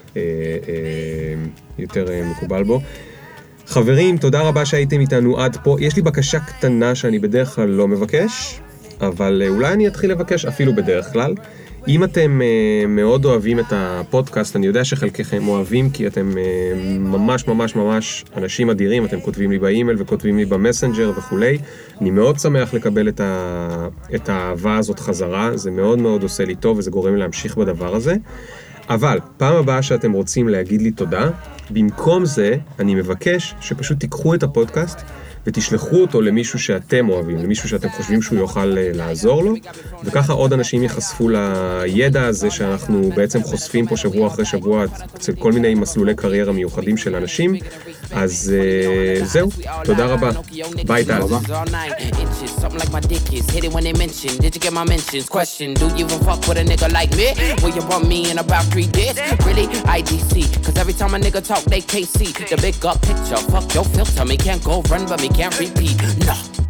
יותר מקובל בו. חברים, תודה רבה שהייתם איתנו עד פה. יש לי בקשה קטנה שאני בדרך כלל לא מבקש, אבל אולי אני אתחיל לבקש אפילו בדרך כלל. אם אתם מאוד אוהבים את הפודקאסט, אני יודע שחלקכם אוהבים, כי אתם ממש ממש ממש אנשים אדירים, אתם כותבים לי באימייל וכותבים לי במסנג'ר וכולי. אני מאוד שמח לקבל את האהבה הזאת חזרה, זה מאוד מאוד עושה לי טוב וזה גורם לי להמשיך בדבר הזה. אבל פעם הבאה שאתם רוצים להגיד לי תודה, במקום זה אני מבקש שפשוט תיקחו את הפודקאסט ותשלחו אותו למישהו שאתם אוהבים, למישהו שאתם חושבים שהוא יוכל לעזור לו, וככה עוד אנשים ייחשפו לידע הזה שאנחנו בעצם חושפים פה שבוע אחרי שבוע אצל כל מיני מסלולי קריירה מיוחדים של אנשים. אז זהו, תודה רבה. ביי טל. Can't repeat, no.